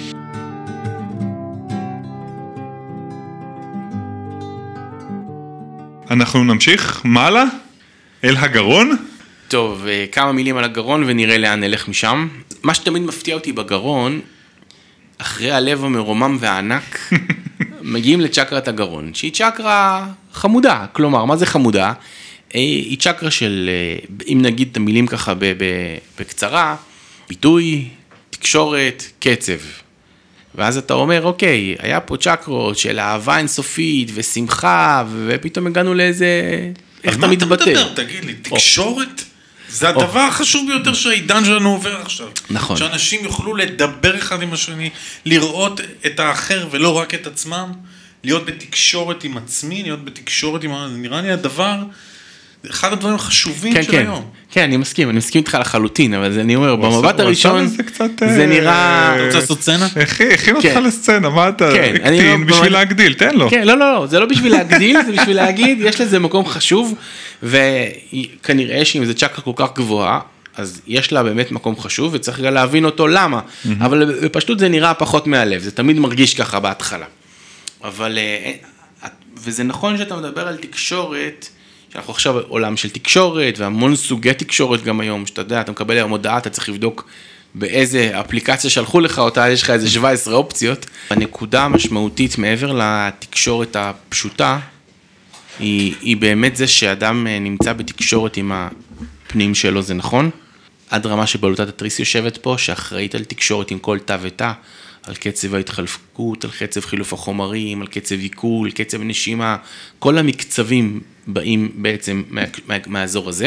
אנחנו נמשיך מעלה אל הגרון. טוב, כמה מילים על הגרון ונראה לאן נלך משם. מה שתמיד מפתיע אותי בגרון, אחרי הלב המרומם והענק, מגיעים לצ'קרת הגרון, שהיא צ'קרה חמודה. כלומר, מה זה חמודה? היא צ'קרה של, אם נגיד את המילים ככה בקצרה, ביטוי, תקשורת, קצב. ואז אתה אומר, אוקיי, היה פה צ'קרות של אהבה אינסופית ושמחה, ופתאום הגענו לאיזה, איך אתה מתבטא? על מה אתה מדבר? תגיד לי, תקשורת? זה הדבר החשוב ביותר שהעידן שלנו עובר עכשיו. נכון. שאנשים יוכלו לדבר אחד עם השני, לראות את האחר ולא רק את עצמם, להיות בתקשורת עם עצמי, להיות בתקשורת עם... זה נראה לי הדבר... אחד הדברים החשובים של היום. כן, אני מסכים איתך לחלוטין, אבל אני אומר, במבט הראשון, זה נראה... אתה רוצה לעשות סצנה? הכין אותך לסצנה, מה אתה הקטין בשביל להגדיל, תן לו. כן, לא, זה לא בשביל להגדיל, זה בשביל להגיד, יש לזה מקום חשוב, וכנראה שאם זה צ'קרה כל כך גבוהה, אז יש לה באמת מקום חשוב, וצריך גם להבין אותו למה, אבל בפשטות זה נראה פחות מהלב, זה תמיד מרגיש ככה בהתחלה. אבל, וזה נכון שאתה מדבר על תקשורת, שאנחנו עכשיו עולם של תקשורת, והמון סוגי תקשורת גם היום, שאתה יודע, אתה מקבל היום הודעה, אתה צריך לבדוק באיזה אפליקציה שלחו לך אותה, יש לך איזה 17 אופציות. הנקודה המשמעותית מעבר לתקשורת הפשוטה, היא באמת זה שאדם נמצא בתקשורת עם הפנים שלו, זה נכון? עד רמה שבלוטת התריס יושבת פה, שאחראית על תקשורת עם כל תא ותא, על קצב ההתחלפות, על קצב חילוף החומרים, על קצב עיכול, קצב נשימה, כל המקצבים באים בעצם מהאזור הזה,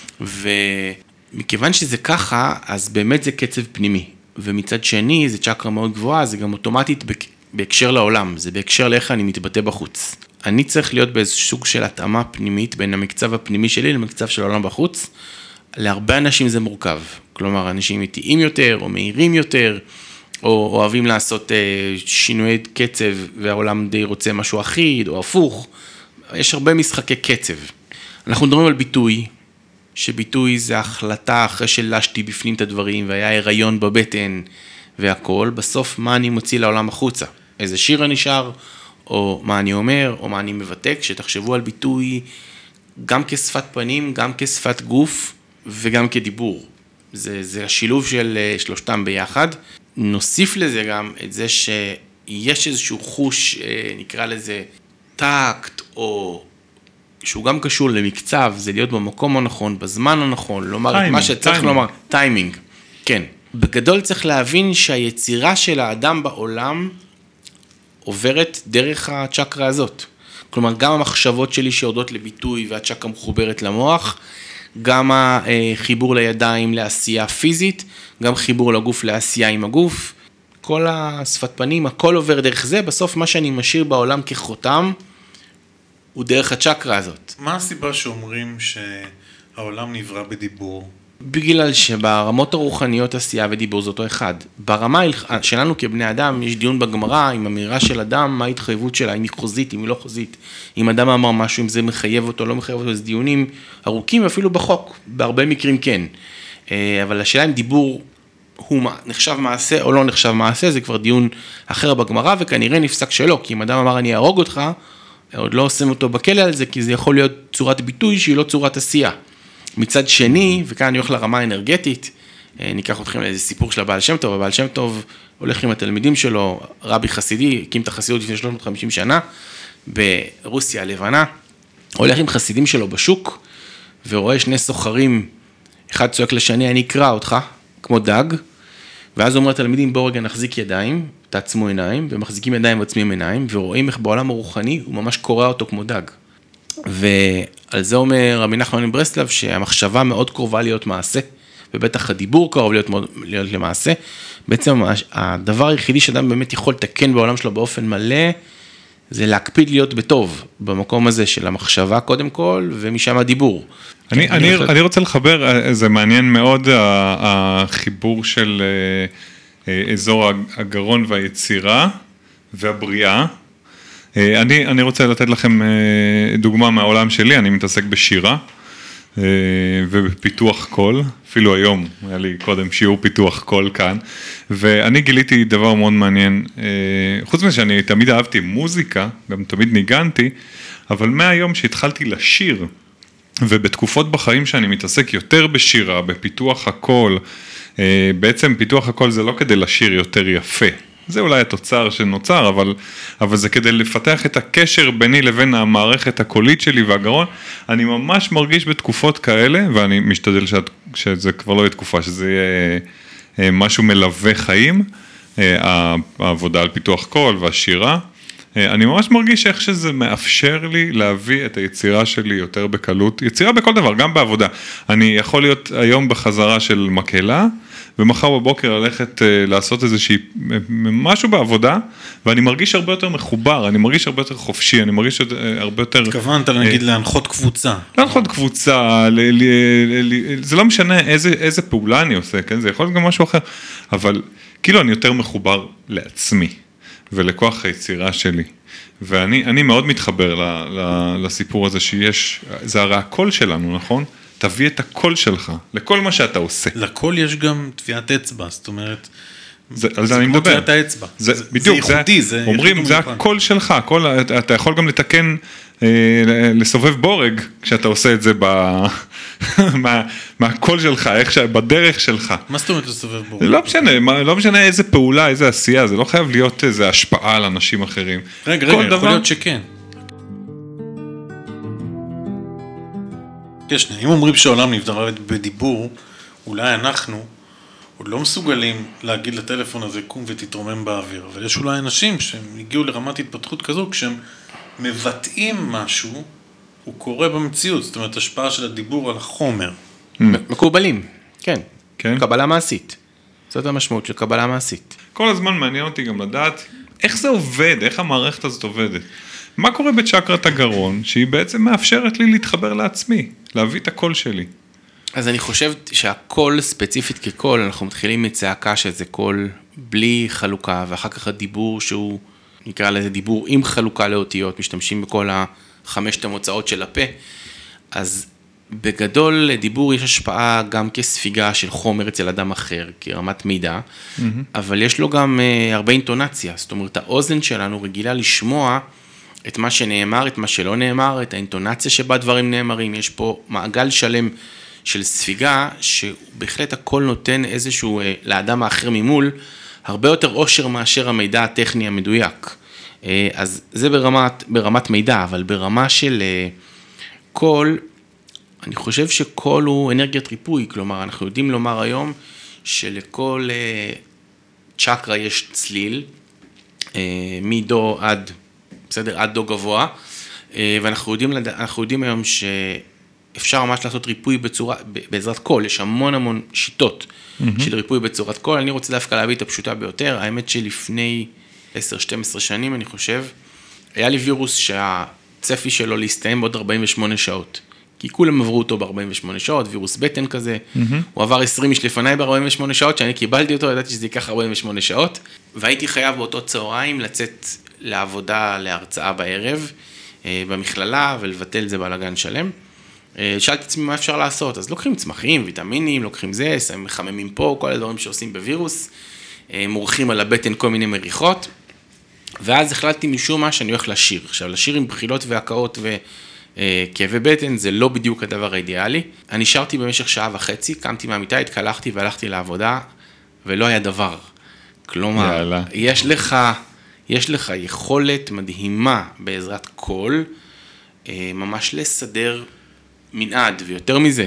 ומכיוון שזה ככה, אז באמת זה קצב פנימי, ומצד שני, זה צ'קרה מאוד גבוהה, זה גם אוטומטית בהקשר לעולם, זה בהקשר לאיך אני מתבטא בחוץ. אני צריך להיות באיזה סוג של התאמה פנימית, בין המקצב הפנימי שלי למקצב של העולם בחוץ, להרבה אנשים זה מורכב, כלומר, אנשים איטיים יותר, או מהירים יותר, או אוהבים לעשות שינויי קצב, והעולם די רוצה משהו אחיד, או הפוך, יש הרבה משחקי קצב. אנחנו מדברים על ביטוי, שביטוי זה החלטה אחרי שלשתי בפנים את הדברים, והיה הריון בבטן והכל, בסוף מה אני מוציא לעולם החוצה? איזה שיר אני שר, או מה אני אומר, או מה אני מבטא, כשתחשבו על ביטוי גם כשפת פנים, גם כשפת גוף, וגם כדיבור. זה השילוב של שלושתם ביחד. נוסיף לזה גם את זה שיש איזשהו חוש, נקרא לזה טקט, או שהוא גם קשור למקצב, זה להיות במקום הנכון, בזמן הנכון, לומר את מה שצריך לומר, טיימינג. כן. בגדול צריך להבין שהיצירה של האדם בעולם עוברת דרך הצ'קרה הזאת. כלומר, גם המחשבות שלי שיורדות לביטוי והצ'קרה מחוברת למוח, גם החיבור לידיים לעשייה פיזית, גם חיבור לגוף לעשייה עם הגוף, כל השפת פנים, הכל עובר דרך זה, בסוף מה שאני משאיר בעולם כחותם, הוא דרך הצ'קרה הזאת. מה הסיבה שאומרים שהעולם נברא בדיבור? בגלל שברמות הרוחניות עשייה ודיבור זה אותו אחד. ברמה שלנו כבני אדם, יש דיון בגמרא עם אמירה של אדם, מה ההתחייבות שלה, אם היא חוזית, אם היא לא חוזית. אם אדם אמר משהו, אם זה מחייב אותו, לא מחייב אותו, זה דיונים ארוכים, אפילו בחוק, בהרבה מקרים כן. אבל השאלה אם דיבור הוא נחשב מעשה או לא נחשב מעשה, זה כבר דיון אחר בגמרא, וכנראה נפסק שלא, כי אם אדם אמר אני אהרוג אותך, עוד לא עושים אותו בכלא על זה, כי זה יכול להיות צורת ביטוי שהיא לא צורת עשייה. מצד שני, וכאן אני הולך לרמה האנרגטית, ניקח אתכם לאיזה סיפור של הבעל שם טוב, הבעל שם טוב הולך עם התלמידים שלו, רבי חסידי, הקים את החסידות לפני 350 שנה, ברוסיה הלבנה, הולך עם חסידים שלו בשוק, ורואה שני סוחרים, אחד צועק לשני, אני אקרא אותך, כמו דג, ואז אומר התלמידים, בואו רגע נחזיק ידיים, תעצמו עיניים, ומחזיקים ידיים ועצמים עיניים, ורואים איך בעולם הרוחני הוא ממש קורא אותו כמו דג. ועל זה אומר רבי נחמן מברסלב שהמחשבה מאוד קרובה להיות מעשה, ובטח הדיבור קרוב להיות למעשה. בעצם הדבר היחידי שאדם באמת יכול לתקן בעולם שלו באופן מלא, זה להקפיד להיות בטוב, במקום הזה של המחשבה קודם כל, ומשם הדיבור. אני רוצה לחבר, זה מעניין מאוד החיבור של אזור הגרון והיצירה והבריאה. אני רוצה לתת לכם דוגמה מהעולם שלי, אני מתעסק בשירה ובפיתוח קול, אפילו היום היה לי קודם שיעור פיתוח קול כאן, ואני גיליתי דבר מאוד מעניין, חוץ מזה שאני תמיד אהבתי מוזיקה, גם תמיד ניגנתי, אבל מהיום שהתחלתי לשיר, ובתקופות בחיים שאני מתעסק יותר בשירה, בפיתוח הקול, בעצם פיתוח הקול זה לא כדי לשיר יותר יפה, זה אולי התוצר שנוצר, אבל זה כדי לפתח את הקשר ביני לבין המערכת הקולית שלי והגרון. אני ממש מרגיש בתקופות כאלה, ואני משתדל שזה כבר לא יהיה תקופה, שזה יהיה משהו מלווה חיים, העבודה על פיתוח קול והשירה. אני ממש מרגיש איך שזה מאפשר לי להביא את היצירה שלי יותר בקלות, יצירה בכל דבר, גם בעבודה. אני יכול להיות היום בחזרה של מקהלה, ומחר בבוקר ללכת לעשות איזושהי משהו בעבודה, ואני מרגיש הרבה יותר מחובר, אני מרגיש הרבה יותר חופשי, אני מרגיש הרבה יותר... התכוונת להגיד להנחות קבוצה. להנחות קבוצה, זה לא משנה איזה פעולה אני עושה, כן? זה יכול להיות גם משהו אחר, אבל כאילו אני יותר מחובר לעצמי, ולכוח היצירה שלי. ואני מאוד מתחבר לסיפור הזה שיש, זה הרי הקול שלנו, נכון? תביא את הקול שלך, לכל מה שאתה עושה. לקול יש גם טביעת אצבע, זאת אומרת, זה כמו טביעת האצבע. זה ייחודי, אומרים, זה הקול שלך, אתה יכול גם לתקן, לסובב בורג, כשאתה עושה את זה מהקול שלך, בדרך שלך. מה זאת אומרת לסובב בורג? לא משנה איזה פעולה, איזה עשייה, זה לא חייב להיות איזה השפעה על אנשים אחרים. רגע, יכול להיות שכן. אם אומרים שהעולם נברא בדיבור, אולי עוד לא מסוגלים להגיד לטלפון הזה, קום ותתרומם באוויר. אבל יש אולי אנשים שהם הגיעו לרמת התפתחות כזו, כשהם מבטאים משהו, הוא קורה במציאות. זאת אומרת, השפעה של הדיבור על החומר. מקובלים, כן. כן. קבלה מעשית. זאת המשמעות של קבלה מעשית. כל הזמן מעניין אותי גם לדעת איך זה עובד, איך המערכת הזאת עובדת. מה קורה בצ'קרת הגרון, שהיא בעצם מאפשרת לי להתחבר לעצמי, להביא את הקול שלי. אז אני חושב שהקול ספציפית כקול, אנחנו מתחילים מצעקה שזה קול בלי חלוקה, ואחר כך הדיבור שהוא, נקרא לזה דיבור עם חלוקה לאותיות, משתמשים בכל 5 המוצאות של הפה, אז בגדול לדיבור יש השפעה גם כספיגה של חומר אצל אדם אחר, כרמת מידע, אבל יש לו גם הרבה אינטונציה, זאת אומרת האוזן שלנו רגילה לשמוע את מה שנאמר, את מה שלא נאמר, את האינטונציה שבה דברים נאמרים, יש פה מעגל שלם של ספיגה, שבהחלט הכל נותן איזשהו, לאדם האחר ממול, הרבה יותר עושר מאשר המידע הטכני המדויק. אז זה ברמת מידע, אבל ברמה של קול, אני חושב שקול הוא אנרגיית ריפוי, כלומר, אנחנו יודעים לומר היום, שלכל צ'קרה יש צליל, מדו עד, בסדר, עד דו גבוה, ואנחנו יודעים היום אפשר ממש לעשות ריפוי בעזרת קול, יש המון שיטות של ריפוי בצורת קול, אני רוצה דווקא להביא את הפשוטה ביותר, האמת שלפני 10-12 שנים אני חושב, היה לי וירוס שהצפי שלו להסתיים בעוד 48 שעות, כי כולם עברו אותו ב-48 שעות, וירוס בטן כזה, הוא עבר 20 איש לפניי ב-48 שעות, שאני קיבלתי אותו, ידעתי שזה ייקח 48 שעות, והייתי חייב באותו צהריים לצאת לעבודה, להרצאה בערב, במכללה, ולבטל זה בלגן שלם. שאלתי עצמי מה אפשר לעשות, אז לוקחים צמחים, ויטמינים, לוקחים זה, מחממים פה, כל הדברים שעושים בווירוס, מורחים על הבטן כל מיני מריחות, ואז החלטתי משום מה שאני הולך לשיר. עכשיו, לשיר עם בחילות והקאות וכאבי בטן, זה לא בדיוק הדבר האידיאלי. אני שרתי במשך 1.5 שעות, קמתי מהמיטה, התקלחתי והלכתי לעבודה, ולא היה דבר. כלומר, יש לך יכולת מדהימה בעזרת קול, ממש לסדר מנעד, ויותר מזה,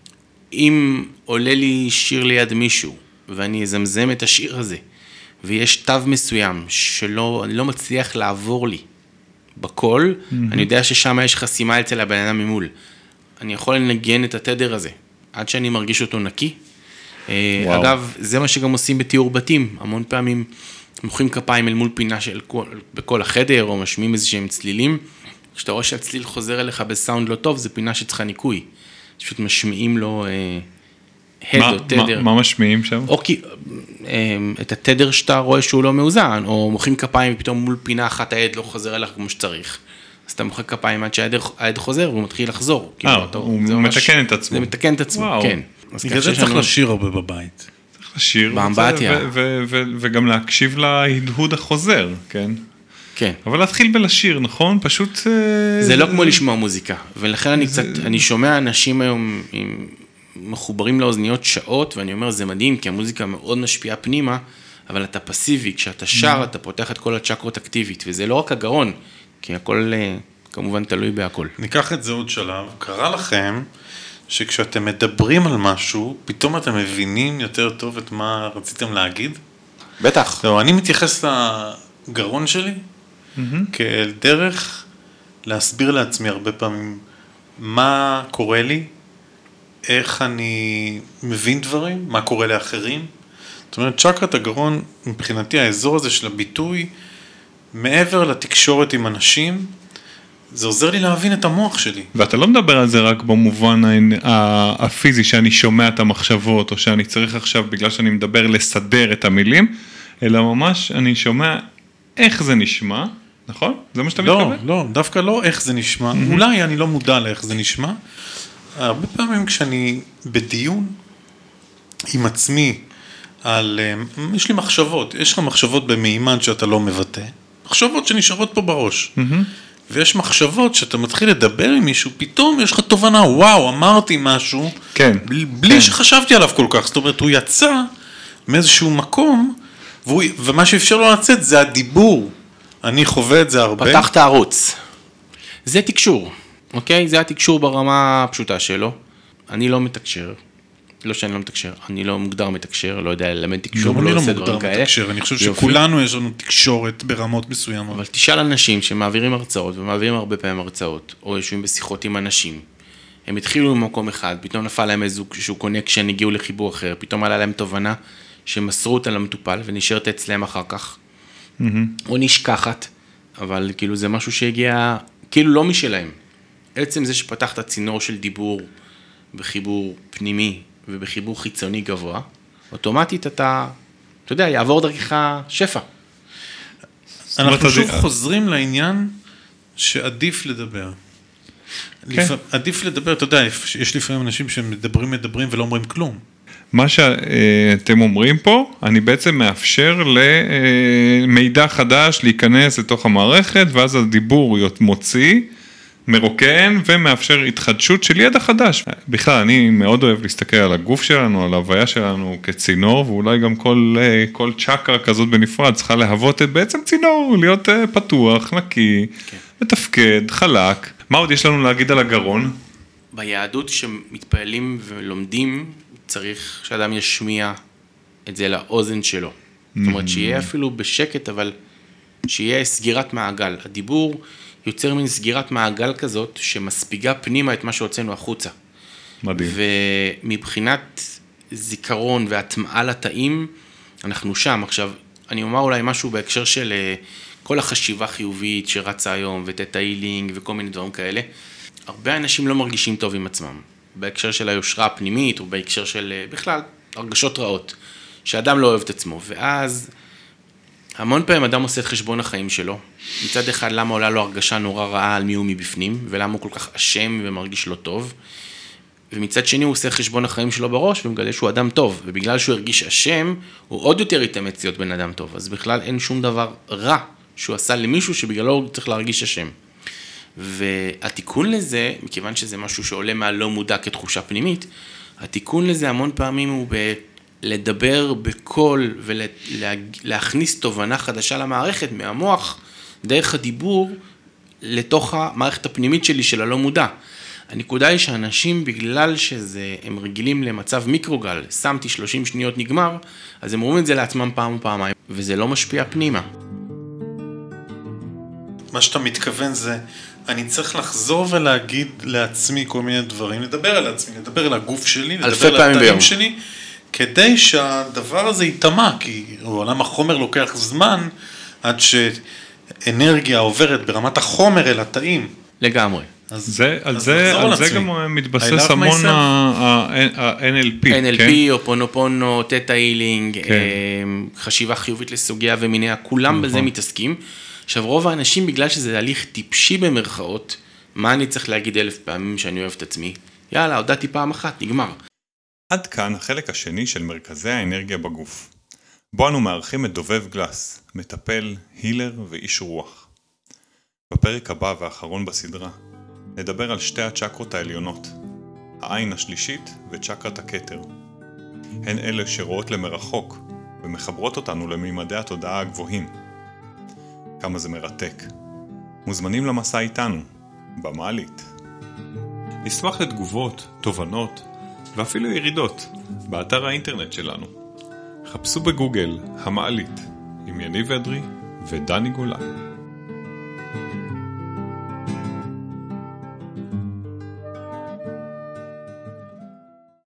אם עולה לי שיר ליד מישהו, ואני אזמזם את השיר הזה, ויש תו מסוים אני לא מצליח לעבור לי בקול, אני יודע ששם יש חסימה אצל הבן אדם ממול. אני יכול לנגן את התדר הזה, עד שאני מרגיש אותו נקי. אגב, זה מה שגם עושים בתיאור בתים, המון פעמים מוחאים כפיים אל מול פינה בכל החדר, או משמיעים איזשהם צלילים, כשאתה רואה שהצליל חוזר אליך בסאונד לא טוב, זה פינה שצריכה ניקוי. פשוט משמיעים לו הד או תדר. מה משמיעים שם? או את התדר שאתה רואה שהוא לא מאוזן, או מוחאים כפיים ופתאום מול פינה אחת העד לא חוזר אליך כמו שצריך. אז אתה מוחא כפיים עד שהעד חוזר והוא מתחיל לחזור. הוא מתקן את עצמו. זה מתקן את עצמו, כן. בגלל זה צריך לשיר הרבה בבית. צריך לשיר. באמבטיה. וגם להקשיב להדהוד החוזר, כן? כן. אבל להתחיל בלשיר, נכון? פשוט... זה לא כמו לשמוע מוזיקה, ולכן אני שומע אנשים היום מחוברים לאוזניות שעות, ואני אומר, זה מדהים, כי המוזיקה מאוד משפיעה פנימה, אבל אתה פסיבי, כשאתה שר, אתה פותח את כל הצ'קרות אקטיבית, וזה לא רק הגרון, כי הכל כמובן תלוי בהכל. ניקח את זה עוד שלב. קרה לכם שכשאתם מדברים על משהו, פתאום אתם מבינים יותר טוב את מה רציתם להגיד? בטח. לא, אני מתייחס לגרון שלי, כאל דרך להסביר לעצמי הרבה פעמים מה קורה לי, איך אני מבין דברים, מה קורה לאחרים. זאת אומרת, צ'קרת הגרון, מבחינתי האזור הזה של הביטוי, מעבר לתקשורת עם אנשים, זה עוזר לי להבין את המוח שלי. ואתה לא מדבר על זה רק במובן הפיזי, שאני שומע את המחשבות, או שאני צריך עכשיו, בגלל שאני מדבר, לסדר את המילים, אלא ממש אני שומע איך זה נשמע, נכון? זה מה שאתה מתכוון? לא, דווקא לא איך זה נשמע. אולי אני לא מודע לאיך זה נשמע. הרבה פעמים כשאני בדיון עם עצמי, יש לי מחשבות, יש לך מחשבות במימן שאתה לא מבטא, מחשבות שנשארות פה בראש. ויש מחשבות שאתה מתחיל לדבר עם מישהו, פתאום יש לך תובנה, וואו, אמרתי משהו, כן, בלי שחשבתי עליו כל כך. זאת אומרת, הוא יצא מאיזשהו מקום, ומה שאפשר לו לצאת זה הדיבור. אני חווה את זה הרבה. פתח את הערוץ. זה תקשור, אוקיי? זה התקשור ברמה הפשוטה שלו. אני לא מתקשר. לא שאני לא מתקשר, אני לא מוגדר מתקשר, לא יודע ללמד תקשור, גם אני לא לא עושה מוגדר דברים כאלה. מתקשר, אני חושב שכולנו יש לנו תקשורת ברמות מסוימות. אבל תשאל אנשים שמעבירים הרצאות, ומעבירים הרבה פעמים הרצאות, או יושבים בשיחות עם אנשים, הם התחילו ממקום אחד, פתאום נפל להם איזשהו קונקשן, הגיעו לחיבור אחר, פתאום עלה להם תובנה שמסרו אותה למטופל, ונשארת אצלם אחר כך, או נשכחת, אבל כאילו זה משהו שהגיע, כאילו לא משלהם. עצם זה שפתחת צינור של דיבור בחיבור פנימי ובחיבור חיצוני גבוה, אוטומטית אתה יודע, יעבור דרכך שפע. אנחנו שוב חוזרים לעניין שעדיף לדבר. עדיף לדבר, אתה יודע, יש לפעמים אנשים שמדברים ולא אומרים כלום. מה שאתם אומרים פה, אני בעצם מאפשר למידע חדש להיכנס לתוך המערכת, ואז הדיבור מוציא, מרוקן ומאפשר התחדשות של ידע חדש. בכלל, אני מאוד אוהב להסתכל על הגוף שלנו, על ההוויה שלנו כצינור, ואולי גם כל צ'קרה כזאת בנפרד צריכה להוות בעצם צינור, להיות פתוח, נקי, מתפקד, חלק. מה עוד יש לנו להגיד על הגרון? ביהדות שמתפעלים ולומדים, צריך שאדם ישמיע את זה לאוזן שלו. זאת אומרת, שיהיה אפילו בשקט, אבל שיהיה סגירת מעגל. הדיבור יוצר מין סגירת מעגל כזאת, שמספיגה פנימה את מה שהוצאנו החוצה. מדהים. ומבחינת זיכרון והטמעה לתאים, אנחנו שם. עכשיו, אני אומר אולי משהו בהקשר של כל החשיבה חיובית שרצה היום, ותטא הילינג וכל מיני דברים כאלה. הרבה אנשים לא מרגישים טוב עם עצמם. בהקשר של היושרה הפנימית, או בהקשר של בכלל הרגשות רעות, שאדם לא אוהב את עצמו. ואז המון פעמים אדם עושה את חשבון החיים שלו. מצד אחד, למה עולה לו הרגשה נורא רעה על מי הוא מבפנים, ולמה הוא כל כך אשם ומרגיש לא טוב. ומצד שני הוא עושה חשבון החיים שלו בראש, ומגלה שהוא אדם טוב. ובגלל שהוא הרגיש אשם, הוא עוד יותר יתאמץ להיות בן אדם טוב. אז בכלל אין שום דבר רע שהוא עשה למישהו שבגללו הוא צריך להרגיש אשם. והתיקון לזה, מכיוון שזה משהו שעולה מהלא מודע כתחושה פנימית, התיקון לזה המון פעמים הוא לדבר בקול ולהכניס תובנה חדשה למערכת מהמוח, דרך הדיבור, לתוך המערכת הפנימית שלי של הלא מודע. הנקודה היא שאנשים, בגלל שהם רגילים למצב מיקרוגל, שמתי 30 שניות נגמר, אז הם אומרים את זה לעצמם פעם או פעמיים, וזה לא משפיע פנימה. מה שאתה מתכוון זה, אני צריך לחזור ולהגיד לעצמי כל מיני דברים, לדבר על עצמי, לדבר על הגוף שלי, לדבר על התאים שלי, כדי שהדבר הזה יתמע, כי בעולם החומר לוקח זמן, עד שאנרגיה עוברת ברמת החומר אל התאים. לגמרי. על זה גם מתבסס המון ה-NLP. NLP, או פונופונו, תטא הילינג, חשיבה חיובית לסוגיה ומיניה, כולם בזה מתעסקים. עכשיו, רוב האנשים, בגלל שזה הליך טיפשי במרכאות, מה אני צריך להגיד 1000 פעמים שאני אוהב את עצמי? יאללה, הודעתי פעם אחת, נגמר. עד כאן החלק השני של מרכזי האנרגיה בגוף. בו אנו מארחים את דובב גלס, מטפל, הילר ואיש רוח. בפרק הבא והאחרון בסדרה, נדבר על שתי הצ'קרות העליונות, העין השלישית וצ'קרת הכתר. הן אלה שרואות למרחוק ומחברות אותנו לממדי התודעה הגבוהים. כמה זה מרתק. מוזמנים למסע איתנו, במעלית. נשמח לתגובות, תובנות ואפילו ירידות באתר האינטרנט שלנו. חפשו בגוגל המעלית עם יניב אדרי ודני גולן.